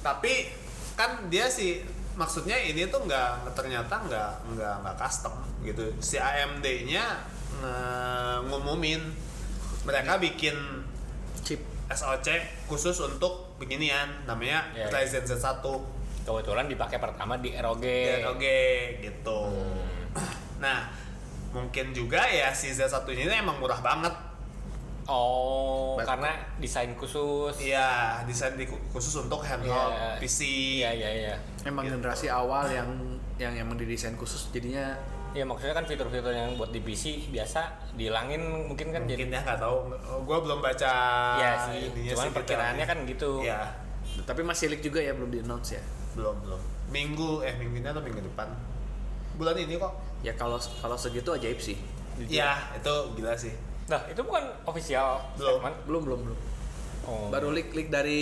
Tapi kan dia sih maksudnya ini tuh nggak ternyata nggak nggak nggak custom gitu. Si A M D-nya nge- ngumumin mereka bikin Chip. S O C khusus untuk beginian namanya Ya, ya. Ryzen Z satu Kebetulan dipakai pertama di R O G. D R O G gitu. Nah, mungkin juga ya si Z satu ini emang murah banget. Oh, Baik. karena desain khusus. Iya, desain di, khusus untuk handheld Iya. P C. Iya, iya, iya. Emang Gitu. generasi awal yang yang emang didesain khusus jadinya Ya maksudnya kan fitur-fitur yang buat di P C biasa dihilangin mungkin kan Mungkin jadi. ya nggak tahu. Gue belum baca. Iya sih. ininya Cuman sih, perkiraannya detailnya. kan gitu. Iya, tapi masih leak juga ya, belum di announce ya. belum belum. Minggu eh minggu ini atau minggu depan? Bulan ini kok. Ya kalau kalau segitu ajaib sih. Iya, itu gila sih. Nah, itu bukan official Belum. statement. Belum belum belum. Oh. Baru leak leak dari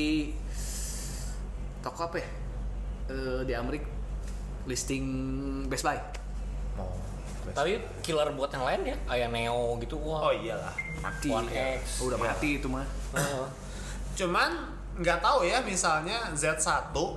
toko apa ya? Eh, di Amerika listing Best Buy. Oh. Tapi killer buat yang lain ya, kayak Neo gitu. Oh Wah. iyalah. Mati. One ya. X. Oh, udah Ya. mati itu mah. Heeh. Cuman nggak tahu ya misalnya Z satu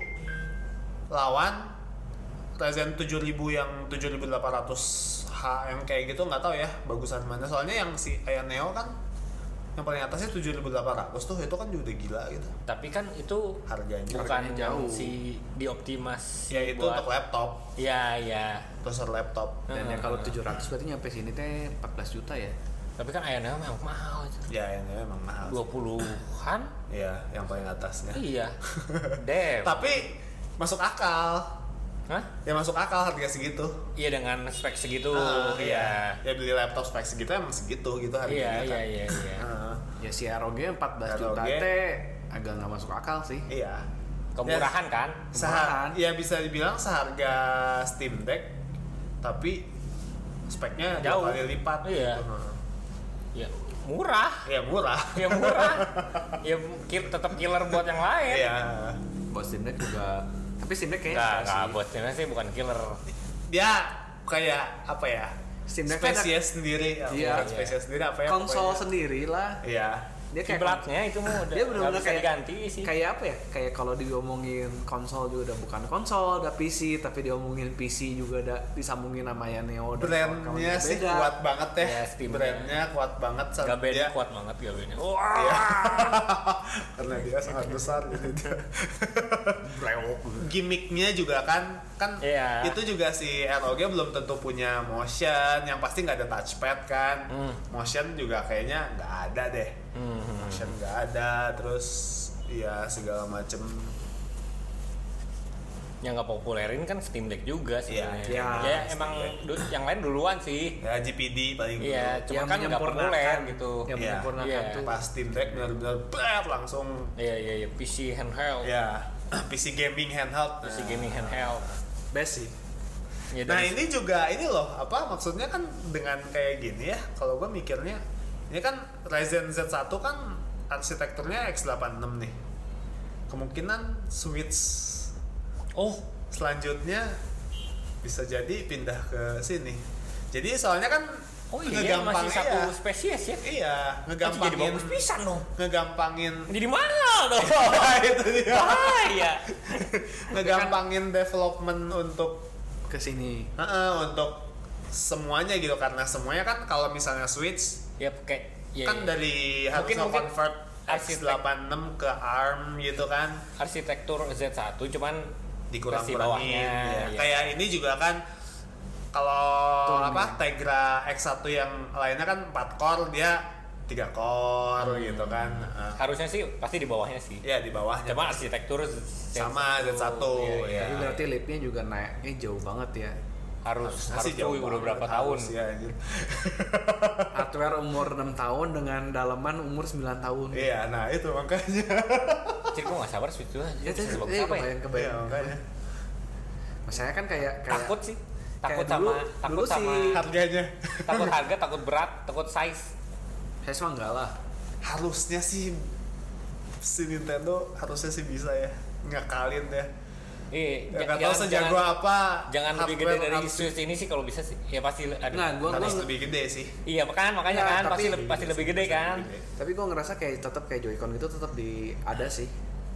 lawan Ryzen tujuh ribu yang tujuh ribu delapan ratus H yang kayak gitu nggak tahu ya bagusan mana. Soalnya yang si kayak Neo kan yang paling atasnya tujuh ribu delapan ratus tuh itu kan udah gila gitu Tapi kan itu harganya. bukan Harganya yang jauh. si dioptimasi Ya itu buat. untuk laptop, Iya, iya. prosesor laptop. Dan Heeh. yang kalau tujuh ratus berarti nyampe sini teh empat belas juta ya. Tapi kan ayah Neo memang mahal itu. Ya ini memang mahal. dua puluhan? Ya yang paling atasnya. Iya. Damn. Tapi masuk akal. Hah? Ya masuk akal harga segitu. Iya dengan spek segitu. Ah, iya. Ya beli laptop spek segitu emang segitu gitu harganya Iya, kan. iya, iya, iya. Ah, Ya si R O G empat belas juta R O G. teh agak nggak masuk akal sih. iya. Kemurahan kan? Seha- ya bisa dibilang seharga Steam Deck tapi speknya Jauh. dua kali lipat Iya. gitu. Nah. Ya murah. Ya murah. Ya murah. Ya ki- tetap killer buat yang lain. Iya. Buat Steam Deck juga. Tapi Steam Deck kayaknya Enggak, enggak enggak sih. buat Steam sih bukan killer. Dia kayak apa ya? Steam Deck kan ada- spesies sendiri. Iya. Bukan spesies sendiri apa ya? konsol pokoknya. sendiri lah. Iya. Dia kayak Kiblatnya itu mah udah dia benar-benar nggak bisa kayak diganti sih. Kayak apa ya? Kayak kalau diomongin konsol juga udah bukan konsol, udah P C, tapi diomongin P C juga udah disambungin sama ya Neo dan Brandnya kawan-kawan sih beda. kuat banget ya. Ya, Steam-nya. Brandnya kuat banget. saat Gabennya dia- kuat banget gabennya. Iya. Wah. Karena dia sangat besar gitu dia. Brewok. Gimmicknya juga kan kan Iya. itu juga si R O G belum tentu punya motion, yang pasti nggak ada touchpad kan. Hmm. Motion juga kayaknya nggak ada deh. Hmm. Motion nggak ada, terus ya segala macem. Yang nggak populerin kan Steam Deck juga sebenarnya. Iya, ya Steam emang Deck. du- yang lain duluan sih. Ya G P D paling Iya, dulu. cuma Yang kan nggak populer menyempurnakan gitu. Yang Iya. menyempurnakan Iya. tuh. Pas Steam Deck benar-benar bret langsung Iya, iya, iya. P C handheld. ya P C gaming handheld. P C gaming handheld. Best sih. Ya, Nah dan- ini juga ini loh apa maksudnya kan dengan kayak gini ya kalau gue mikirnya ini kan Ryzen Z satu kan arsitekturnya X delapan enam nih, kemungkinan switch Oh, selanjutnya bisa jadi pindah ke sini. Jadi soalnya kan oh iya ngegampang masih satu iya. spesies ya. Iya, Nanti jadi ngegampangin bagus pisan dong. ngegampangin Jadi mahal dong. itu dia. Bahaya. Ngegampangin development untuk Ke sini. Heeh, untuk semuanya gitu karena semuanya kan kalau misalnya switch Ya kayak ya, kan dari harus Mungkin- mungkin convert X arsitek- delapan enam ke ARM gitu kan arsitektur Z satu cuman versi dikurang-kurangin bawahnya. ya. Ya. Kayak ini juga kan kalau Tuh, apa Tegra X satu yang lainnya kan empat core dia tiga core Hmm. gitu kan. Eh, Harusnya sih pasti di bawahnya sih. ya di bawahnya Cuma arsitektur Z sama Z satu Iya, iya. ya. Jadi berarti lipnya juga naiknya jauh banget ya. Harus Harusnya harus sih jauh cuy, udah banget, berapa tahun. harus, ya, anjir. Hardware umur enam tahun dengan dalaman umur sembilan tahun. Iya, nah itu makanya. Cik, gue gak sabar switch tuh. Ya, Bisa tuh, bagus eh, apa ya? kebayang, Iya, kebayang. makanya. Masalahnya kan kayak kayak Takut sih. Takut kayak dulu- sama takut dulu sama si- Harganya takut harga, takut berat, takut size. saya mah enggak lah. harusnya sih si Nintendo harusnya sih bisa ya ngakalin ya. Iya, Ya, j- nggak tahu jangan- sejago jangan- apa. Jangan lebih gede hardware dari harus- Switch ini sih kalau bisa sih. Ya pasti ada. Nah, gua harus gua lebih gede sih. Iya, kan makanya Nggak, kan tapi- pasti le- pasti lebih gede kan. tapi gue ngerasa kayak tetap kayak Joy-Con gitu tetap di ada sih.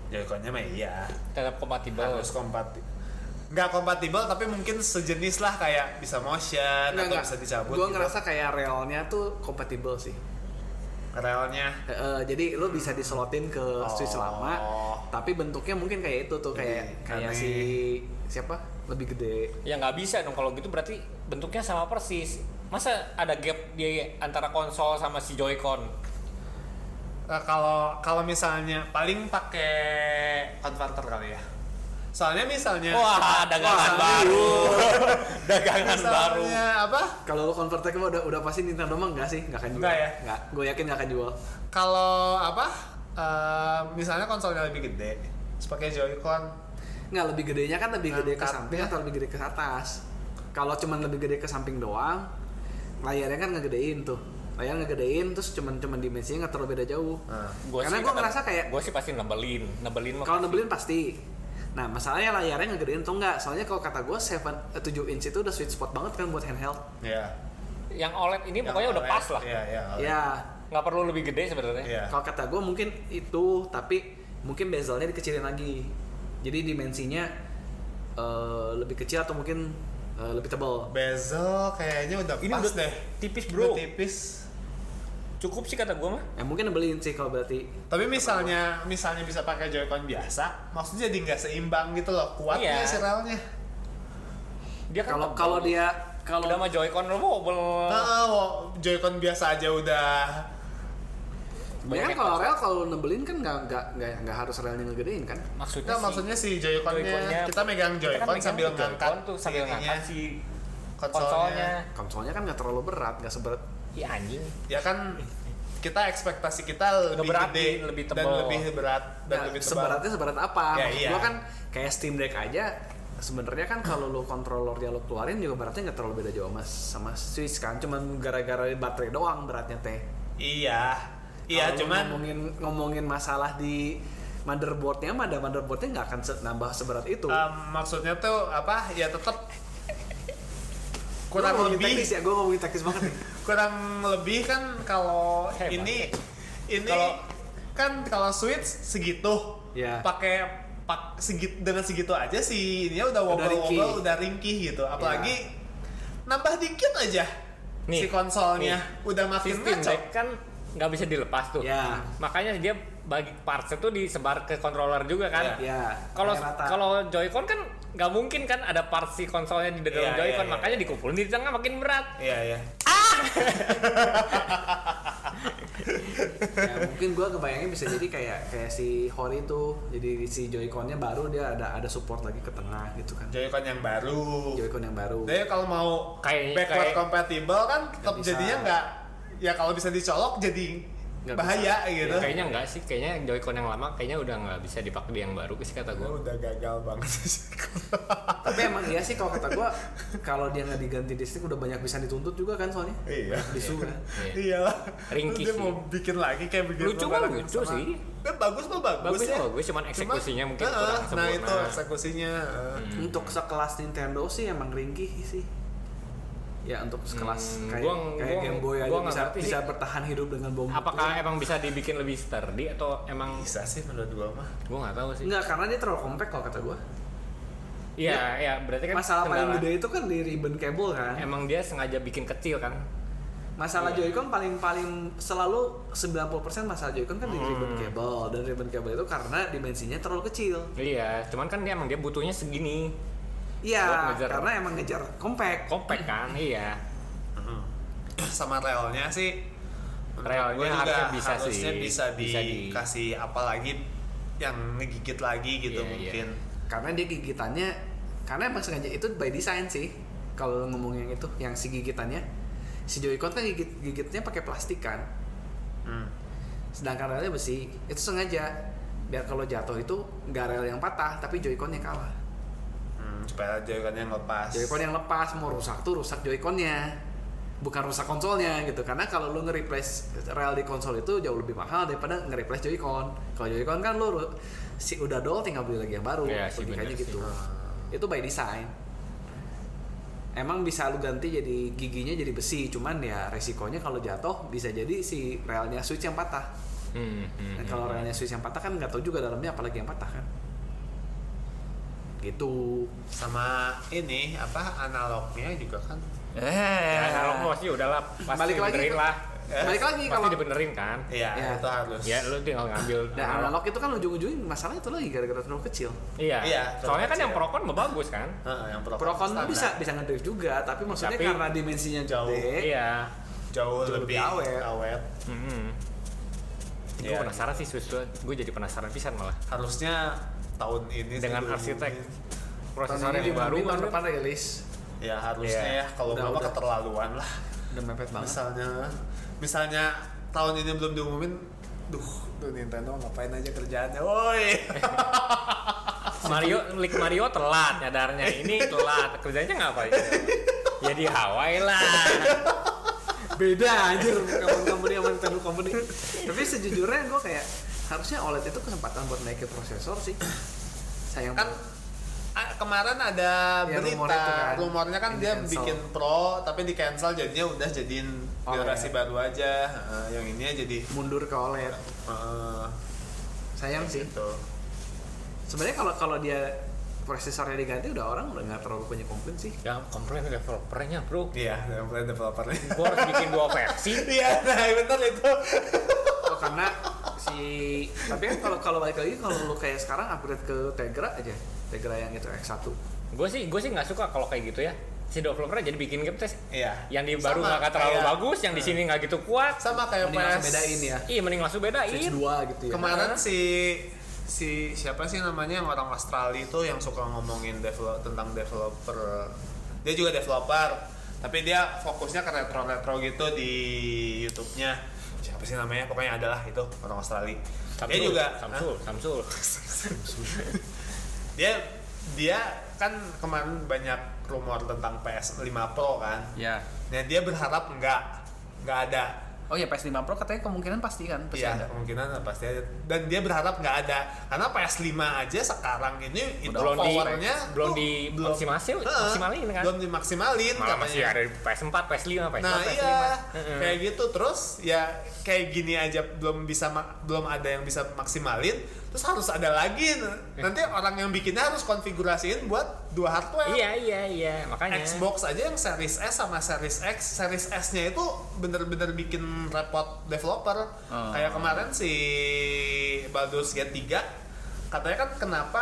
Joy-Con-nya mah iya. Tetap kompatibel. Harus kompatibel. Nggak kompatibel tapi mungkin sejenis lah kayak bisa motion Nggak, atau nggak. bisa dicabut. Gue gitu. ngerasa kayak relnya tuh kompatibel sih. Relnya. E, e, jadi lu bisa dislotin ke Oh. Switch lama, tapi bentuknya mungkin kayak itu tuh kayak Ih, kayak aneh. si siapa lebih gede. Ya nggak bisa dong kalau gitu, berarti bentuknya sama persis. Masa ada gap di antara konsol sama si Joy-Con? Nah, kalau kalau misalnya paling pakai converter kali ya. Soalnya misalnya Wah, dagangan Wah, baru. Dagangan baru. misalnya apa? Kalau lu converter udah udah pasti Nintendo mah enggak sih? Enggak akan jual. Enggak ya? Enggak. Gue yakin enggak akan jual. Kalau apa? eh, misalnya konsolnya lebih gede, terus pakai Joy-Con. Enggak, lebih gedenya kan lebih gede ke Angkat. samping atau lebih gede ke atas. Kalau cuman lebih gede ke samping doang, layarnya kan ngegedein tuh. Layar ngegedein terus cuman cuman dimensinya nggak terlalu beda jauh. Nah, Gua Karena sih gue kata- ngerasa kayak gua sih pasti nebelin, nebelin mah kalau pasti. nebelin pasti. Nah, masalahnya layarnya ngegedein atau enggak? Soalnya kalau kata gue tujuh inch itu udah sweet spot banget kan buat handheld. Iya. Yang O L E D ini pokoknya udah pas lah. Iya, iya. O L E D. Ya, Nggak perlu lebih gede sebenarnya. Iya. kalau kata gue mungkin itu, tapi mungkin bezelnya dikecilin lagi. Jadi dimensinya eh, lebih kecil atau mungkin eh, lebih tebal. Bezel kayaknya udah Ini pas udah deh. tipis, Udah bro. tipis. Cukup sih kata gua mah. Ya mungkin nebelin sih kalau berarti. Tapi misalnya misalnya bisa pakai Joy-Con biasa, maksudnya jadi nggak seimbang gitu loh. Kuat Iya. nggak sih relnya? Dia kan Kalau tebal. kalau dia kalau udah sama Joy-Con lo wobble. Nah, wo- Joy-Con biasa aja udah. Banyak Banyak kalau maksud. rel kalau nebelin kan nggak nggak nggak nggak harus relnya ngegedein kan? Maksudnya Nah, sih, maksudnya si Joy-Con-nya, Joy-Con-nya kita megang kita kan Joy-Con megang sambil Joy-Con ngangkat tuh sambil ininya, ngangkat si konsolnya. konsolnya. Konsolnya kan nggak terlalu berat, nggak seberat. Iya anjing. Ya kan kita ekspektasi kita lebih Ngeberatin, gede lebih dan tebal. lebih berat dan Nah, lebih tebal. seberatnya seberat apa? Ya, Maksud iya. gua kan kayak Steam Deck aja. Sebenarnya kan kalau lo controllernya lo keluarin juga beratnya nggak terlalu beda jauh mas sama Switch kan, cuman gara-gara baterai doang beratnya teh. Iya. Iya, Kalau cuman ngomongin ngomongin masalah di motherboardnya mah ada motherboardnya nggak akan se- nambah seberat itu. um, maksudnya tuh apa? Ya tetap Gua kurang ngomongin lebih teknis ya, gue ngomongin teknis banget nih. kurang lebih kan kalau Hebat. ini ini Kalau- kan kalau Switch segitu Ya. pakai pak segit dengan segitu aja sih ininya udah Udah ringkih. wobble-wobble udah ringkih gitu apalagi nambah dikit aja Nih, si konsolnya udah makin Steam ngaco. Deck kan nggak bisa dilepas tuh. Ya. Makanya dia bagi parts itu disebar ke controller juga kan. Ya. Kalau kayak rata. kalau Joy-Con kan nggak mungkin kan ada parts si konsolnya di dalam Iya, Joy-Con, iya, iya. makanya dikumpulin di tengah makin berat. Iya iya. Ya, mungkin gue kebayangnya bisa jadi kayak kayak si Hori tuh, jadi si Joy-Con-nya baru dia ada ada support lagi ke tengah gitu kan. Joy-Con yang baru. Joy-Con yang baru. Jadi kalau mau Kayak- backward kayak- compatible kan tetap bisa. jadinya nggak ya kalau bisa dicolok jadi Nggak bahaya Ya, gitu. kayaknya enggak sih, kayaknya Joy-Con yang lama kayaknya udah nggak bisa dipakai di yang baru sih kata gue. Gua udah gagal banget sih. Tapi emang iya sih kalau kata gue, kalau dia nggak diganti di stick udah banyak bisa dituntut juga kan soalnya. Iya. Bisu kan. Iya lah. Ringkih Dia sih. mau bikin lagi kayak begitu. Lucu mah lucu sih. Eh, bagus mah bagus, Bagus ya. mah bagus, cuman eksekusinya mungkin eh, kurang Nah sempurna. itu eksekusinya. eh. Untuk sekelas Nintendo sih emang ringkih sih. Ya untuk sekelas Hmm, kayak gua- kayak gua- Game Boy aja gua nggak bisa ngerti bisa sih. bertahan hidup dengan bom. Apakah emang bisa dibikin lebih sturdy atau emang Bisa sih menurut gua mah. gue nggak tahu sih. Enggak, karena dia terlalu compact kalau kata gue. Iya, ya berarti kan Masalah paling kendala. gede itu kan di ribbon cable kan. Emang dia sengaja bikin kecil kan? Masalah Iya. Joy-Con paling paling selalu sembilan puluh persen masalah Joy-Con kan di Hmm. ribbon cable, dan ribbon cable itu karena dimensinya terlalu kecil. Iya, cuman kan dia emang dia butuhnya segini. Buat Iya, ngejar- karena emang ngejar compact. Compact kan? Iya. Sama relnya sih. menurut Relnya gua juga harusnya bisa harusnya sih. bisa Bisa di- dikasih apa lagi yang ngegigit lagi gitu Iya, mungkin. Karena dia gigitannya, karena emang sengaja itu by design sih. Kalau ngomong yang itu, yang si gigitannya, si Joy-Con kan gigit gigitnya pakai plastik kan. Hmm. Sedangkan relnya besi, itu sengaja biar kalau jatuh itu nggak rel yang patah, tapi Joy-Con-nya kalah. Hmm, supaya Joy-Con yang lepas. Joy-Con yang lepas, mau rusak tuh rusak Joy-Con-nya, bukan rusak konsolnya gitu. Karena kalau lu nge-replace rel di konsol itu jauh lebih mahal daripada nge-replace Joy-Con. Kalau Joy-Con kan lu ru- si udah dol tinggal beli lagi yang baru, Iya sih, logikanya bener sih. gitu. Itu by design. Emang bisa lu ganti jadi giginya jadi besi, cuman ya resikonya kalau jatuh bisa jadi si relnya Switch yang patah. Hmm, hmm, Dan kalau hmm. relnya Switch yang patah kan nggak tahu juga dalamnya apalagi yang patah kan. Gitu. Sama ini apa analognya juga kan. Eh, Ya, analog pasti udahlah pasti Balik lagi dibenerin ke- lah. balik lagi Pasti kalau dibenerin kan. Iya, Ya. itu harus. Ya lu tinggal ngambil dan analog itu kan ujung-ujungnya masalah itu lagi gara-gara terlalu kecil. Iya. Iya, Soalnya kan kecil. yang Procon mah bagus kan. Heeh, yang pro Procon standar. bisa bisa ngedrift juga, tapi maksudnya Tapi karena dimensinya jauh. gede. Iya. jauh, Jauh lebih lebih awet. awet. Hmm. Gue Iya. penasaran sih Switch dua. Gue jadi penasaran pisan malah. Harusnya tahun ini sih Dengan diumumin. arsitek prosesor Tahun ini yang baru tahun kan. depan rilis. Ya harusnya Iya. ya kalau Udah, nggak mah udah. keterlaluan lah. Udah mepet banget. Misalnya, misalnya tahun ini belum diumumin, duh, tuh Nintendo ngapain aja kerjaannya, woi. Mario, League Mario telat nyadarnya. Ini telat. Kerjanya ngapain? Ya di Hawaii lah. Beda anjir company sama Nintendo company. Tapi sejujurnya gue kayak harusnya O L E D itu kesempatan buat naikin prosesor sih. Sayang Kan banget. ah, kemarin ada Ya, berita, rumornya itu kan, rumornya kan yang dia di-cancel. bikin Pro, tapi di cancel jadinya udah jadiin Oh, generasi ya. baru aja. Heeh, yang ini jadi mundur ke O L E D. heeh, Sayang sih. gitu. Sebenarnya kalau kalau dia prosesornya diganti udah orang udah nggak terlalu punya komplain sih. Ya komplain developernya bro. Iya, yang plan developernya. Gue harus bikin dua versi. Iya, nah bener itu. Oh, karena si tapi kan kalau kalau balik lagi kalau lu kayak sekarang upgrade ke Tegra aja. Tegra yang itu X satu. Gue sih gue sih nggak suka kalau kayak gitu ya. Si developernya jadi bikin game test. Iya. Yang di baru Sama nggak terlalu kayak- bagus, yang di sini nggak gitu kuat. Sama kayak Mending langsung P S. bedain ya. Iya mending langsung bedain. Switch dua gitu ya. Kemarin si si siapa sih namanya yang orang Australia itu yang suka ngomongin develop tentang developer. Dia juga developer, tapi dia fokusnya ke retro-retro gitu di YouTube-nya. Siapa sih namanya? Pokoknya adalah itu orang Australia. Samsul, Dia juga Samsul, Samsul. dia dia kan kemarin banyak rumor tentang P S lima Pro kan. Ya. Nah, dia berharap enggak enggak ada. Oh ya P S lima Pro katanya kemungkinan pasti kan pasti Iya, ada. kemungkinan pasti ada. Dan dia berharap nggak ada. Karena P S lima aja sekarang ini itu Belum di powernya belum tuh di belum- maksimalin, Heeh, maksimalin kan. Belum dimaksimalin Malah masih katanya. ada di P S empat, P S lima, P S Nah empat, P S iya, lima. Heeh. kayak gitu terus ya kayak gini aja belum bisa ma- belum ada yang bisa maksimalin, terus harus ada lagi. Nanti orang yang bikinnya harus konfigurasiin buat dua hardware. Iya, iya, iya, makanya. Xbox aja yang Series S sama Series X, Series S-nya itu bener-bener bikin repot developer. Oh. Kayak kemarin si Baldur's Gate tiga katanya kan kenapa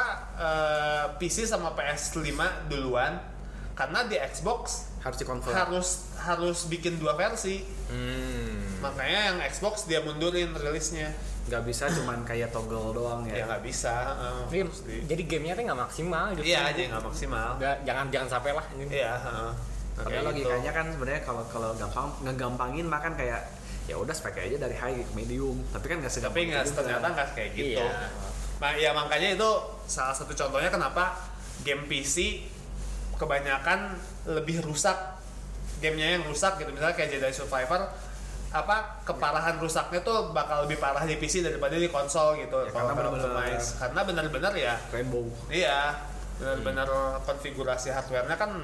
eh, P C sama P S lima duluan? Karena di Xbox Harus dikonvert. harus harus bikin dua versi. Hmm. Makanya yang Xbox dia mundurin rilisnya. Nggak bisa cuman kayak toggle doang Ya ya. nggak bisa. eh, Jadi, harus di- jadi gamenya tuh nggak maksimal gitu. Iya aja nggak maksimal. Nggak, jangan jangan sampai lah ini. Iya. heeh. Nah, Padahal kayak gitu. logikanya kan sebenarnya kalau kalau gampang ngegampangin mah kan kayak ya udah spek aja dari high ke medium, tapi kan nggak segampang Tapi nggak itu juga. ternyata nggak kayak gitu. Iya. Nah, ya makanya itu salah satu contohnya kenapa game P C kebanyakan lebih rusak, gamenya yang rusak gitu, misalnya kayak Jedi Survivor, apa keparahan rusaknya tuh bakal lebih parah di P C daripada di konsol gitu. Ya, kalau karena bener-bener- optimize. Karena benar-benar ya, Rainbow. iya, benar-benar konfigurasi hardware-nya kan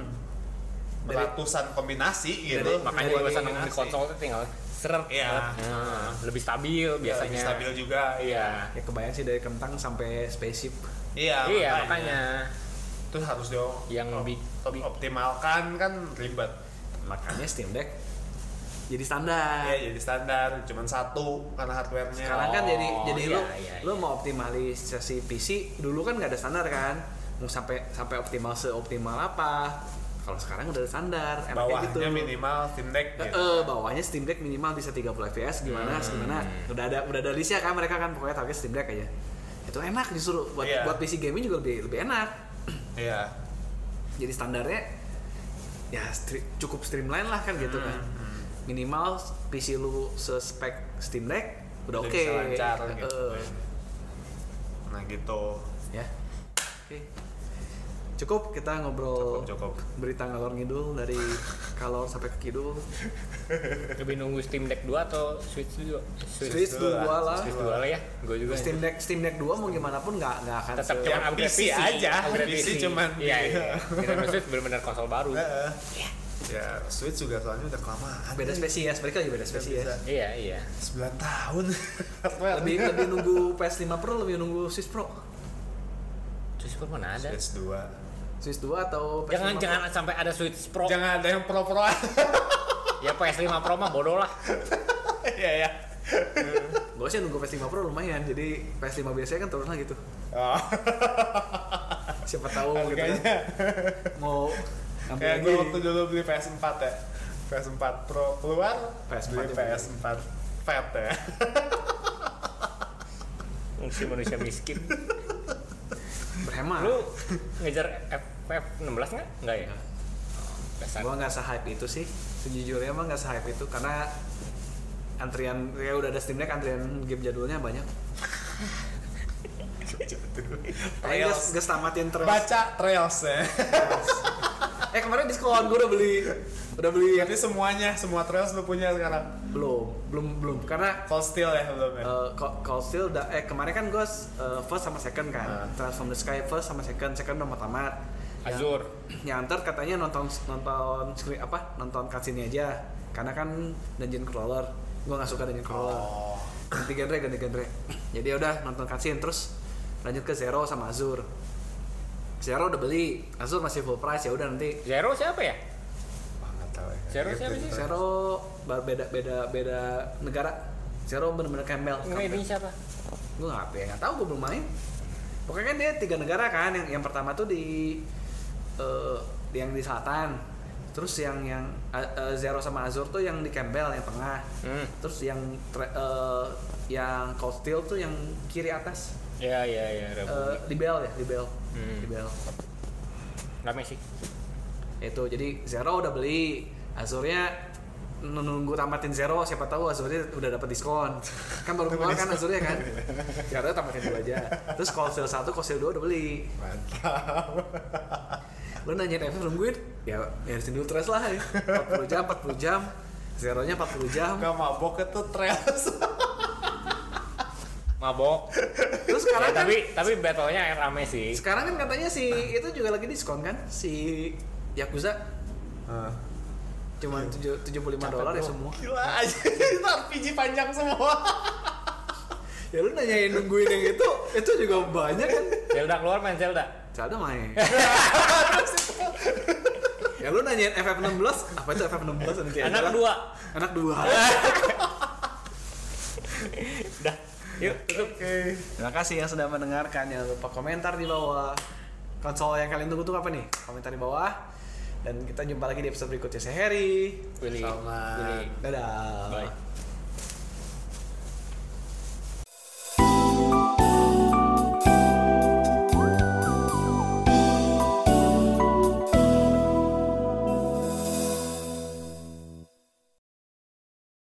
Dari- ratusan kombinasi gitu. dari- Makanya Dari gue seneng di kombinasi. konsol tuh tinggal seret. Iya. Nah, lebih stabil Ya, biasanya. lebih stabil juga. Iya. Ya kebayang sih dari kentang sampai spaceship. Iya, Iya, makanya. Terus harus dia Yang op- bi- op- bi- optimalkan kan ribet. Makanya Steam Deck jadi standar. Iya, jadi standar cuman satu karena hardware-nya. Sekarang kan jadi Oh, jadi iya, lu iya, lu iya. mau optimalisasi P C dulu kan nggak ada standar kan. Mau sampai sampai optimal seoptimal apa? Kalau sekarang udah ada standar, enaknya bawahnya gitu. minimal Steam Deck Eh, gitu. eh, bawahnya Steam Deck minimal bisa tiga puluh F P S gimana Hmm. gimana. Udah ada udah ada listnya kan mereka kan pokoknya target Steam Deck aja. Itu enak justru buat Iya. buat P C gaming juga lebih lebih enak. Iya. Jadi standarnya ya stri- cukup streamline lah kan gitu kan. Minimal P C lu sespek Steam Deck udah Udah oke. bisa lancar gitu. Eh, Nah, gitu. ya. Oke. Cukup kita ngobrol Cukup, cukup. berita ngalor ngidul dari kalor sampai ke kidul. Lebih nunggu Steam Deck dua atau Switch dua? Switch dulu dua lah, lah. Switch dua lah ya. Gue juga. Steam Deck Steam Deck dua mau gimana pun nggak nggak akan Tetap se- cuman Yang upgrade P C aja, upgrade P C cuman Iya, iya. Nintendo Switch benar-benar konsol baru. Heeh. Ya, Switch juga soalnya udah kelamaan. Beda spesies, mereka lagi beda spesies. Iya, iya. sembilan tahun. lebih lebih nunggu P S lima Pro, lebih nunggu Switch Pro. Switch Pro mana ada? Switch dua. Switch dua atau P S Jangan lima jangan Pro? sampai ada Switch Pro. Jangan ada yang pro-pro. Ya P S lima Pro mah bodoh lah. Iya, ya. Gue sih nunggu P S lima Pro lumayan, jadi P S lima biasanya kan turun lagi tuh. Oh. Siapa tahu gitu kan. Mau ambil Kayak lagi. gue waktu dulu beli P S empat ya. P S empat Pro keluar, P S empat beli P S empat Fat ya. Si manusia miskin. Berhemat. Lu ngejar F F enam belas nggak? Nggak ya? Dasar. Gua nggak se-hype itu sih. Sejujurnya emang nggak se-hype itu karena antrian kayak udah ada Steam Deck, antrian game jadulnya banyak. Ayo gas gas tamatin terus. Baca Trails ya. Eh kemarin diskon gue udah beli udah beli Jadi semuanya, semua Trails lu punya sekarang. belum belum belum karena Cold Steel ya belum ya. uh, Cold Steel udah eh kemarin kan gue uh, first sama second kan. Ah. Transform the Sky first sama second, second udah mau tamat. Azur. Yang ntar katanya nonton nonton screen apa nonton cutscene aja karena kan dungeon crawler gue nggak suka dungeon crawler Oh. ganti genre ganti genre jadi udah nonton cutscene terus lanjut ke Zero sama Azur. Zero udah beli, Azur masih full price ya udah nanti. Zero siapa ya? Wah, nggak tahu ya. Zero siapa sih? Zero bar- beda beda beda negara. Zero bener-bener Campbell. Nggak ini siapa? Gue nggak ya nggak tahu gue belum main. Pokoknya kan dia tiga negara kan yang yang pertama tuh di uh, yang di selatan. Terus yang yang uh, uh, Zero sama Azur tuh yang di Campbell yang tengah. Hmm. Terus yang tra- uh, yang Cold Steel tuh yang kiri atas. Ya ya ya. Uh, di Bell ya di Bell. Hmm. Di Bell. Rame sih. Itu jadi Zero udah beli, Azurnya nunggu tamatin Zero, siapa tahu Azurnya udah dapat diskon. Kan baru keluar kan Azurnya kan. Zero tamatin dulu aja. Terus Cold Steel satu, Cold Steel dua udah beli. Mantap. Lu nanyain F F nungguin? Ya, ya dulu terus lah ya. empat puluh jam, empat puluh jam. Zero-nya empat puluh jam. Gak mabok itu Trails. Mabok. Terus sekarang Ya, kan tapi tapi battle-nya rame sih. sekarang kan katanya si itu juga lagi diskon kan si Yakuza Hah. cuma tujuh puluh lima dolar ya semua. Gila aja, itu R P G panjang semua. Ya lu nanyain nungguin yang itu, itu juga banyak kan. Zelda keluar main Zelda. Zelda main. Ya lu nanyain F F enam belas, apa itu F F enam belas? Anak kedua. Anak dua. Udah. Yuk, tutup. Oke. Terima kasih yang sudah mendengarkan. Jangan lupa komentar di bawah. Konsol yang kalian tunggu tuh apa nih? Komentar di bawah. Dan kita jumpa lagi di episode berikutnya. Saya Harry. Willy. Selamat. Willy. Dadah. Bye.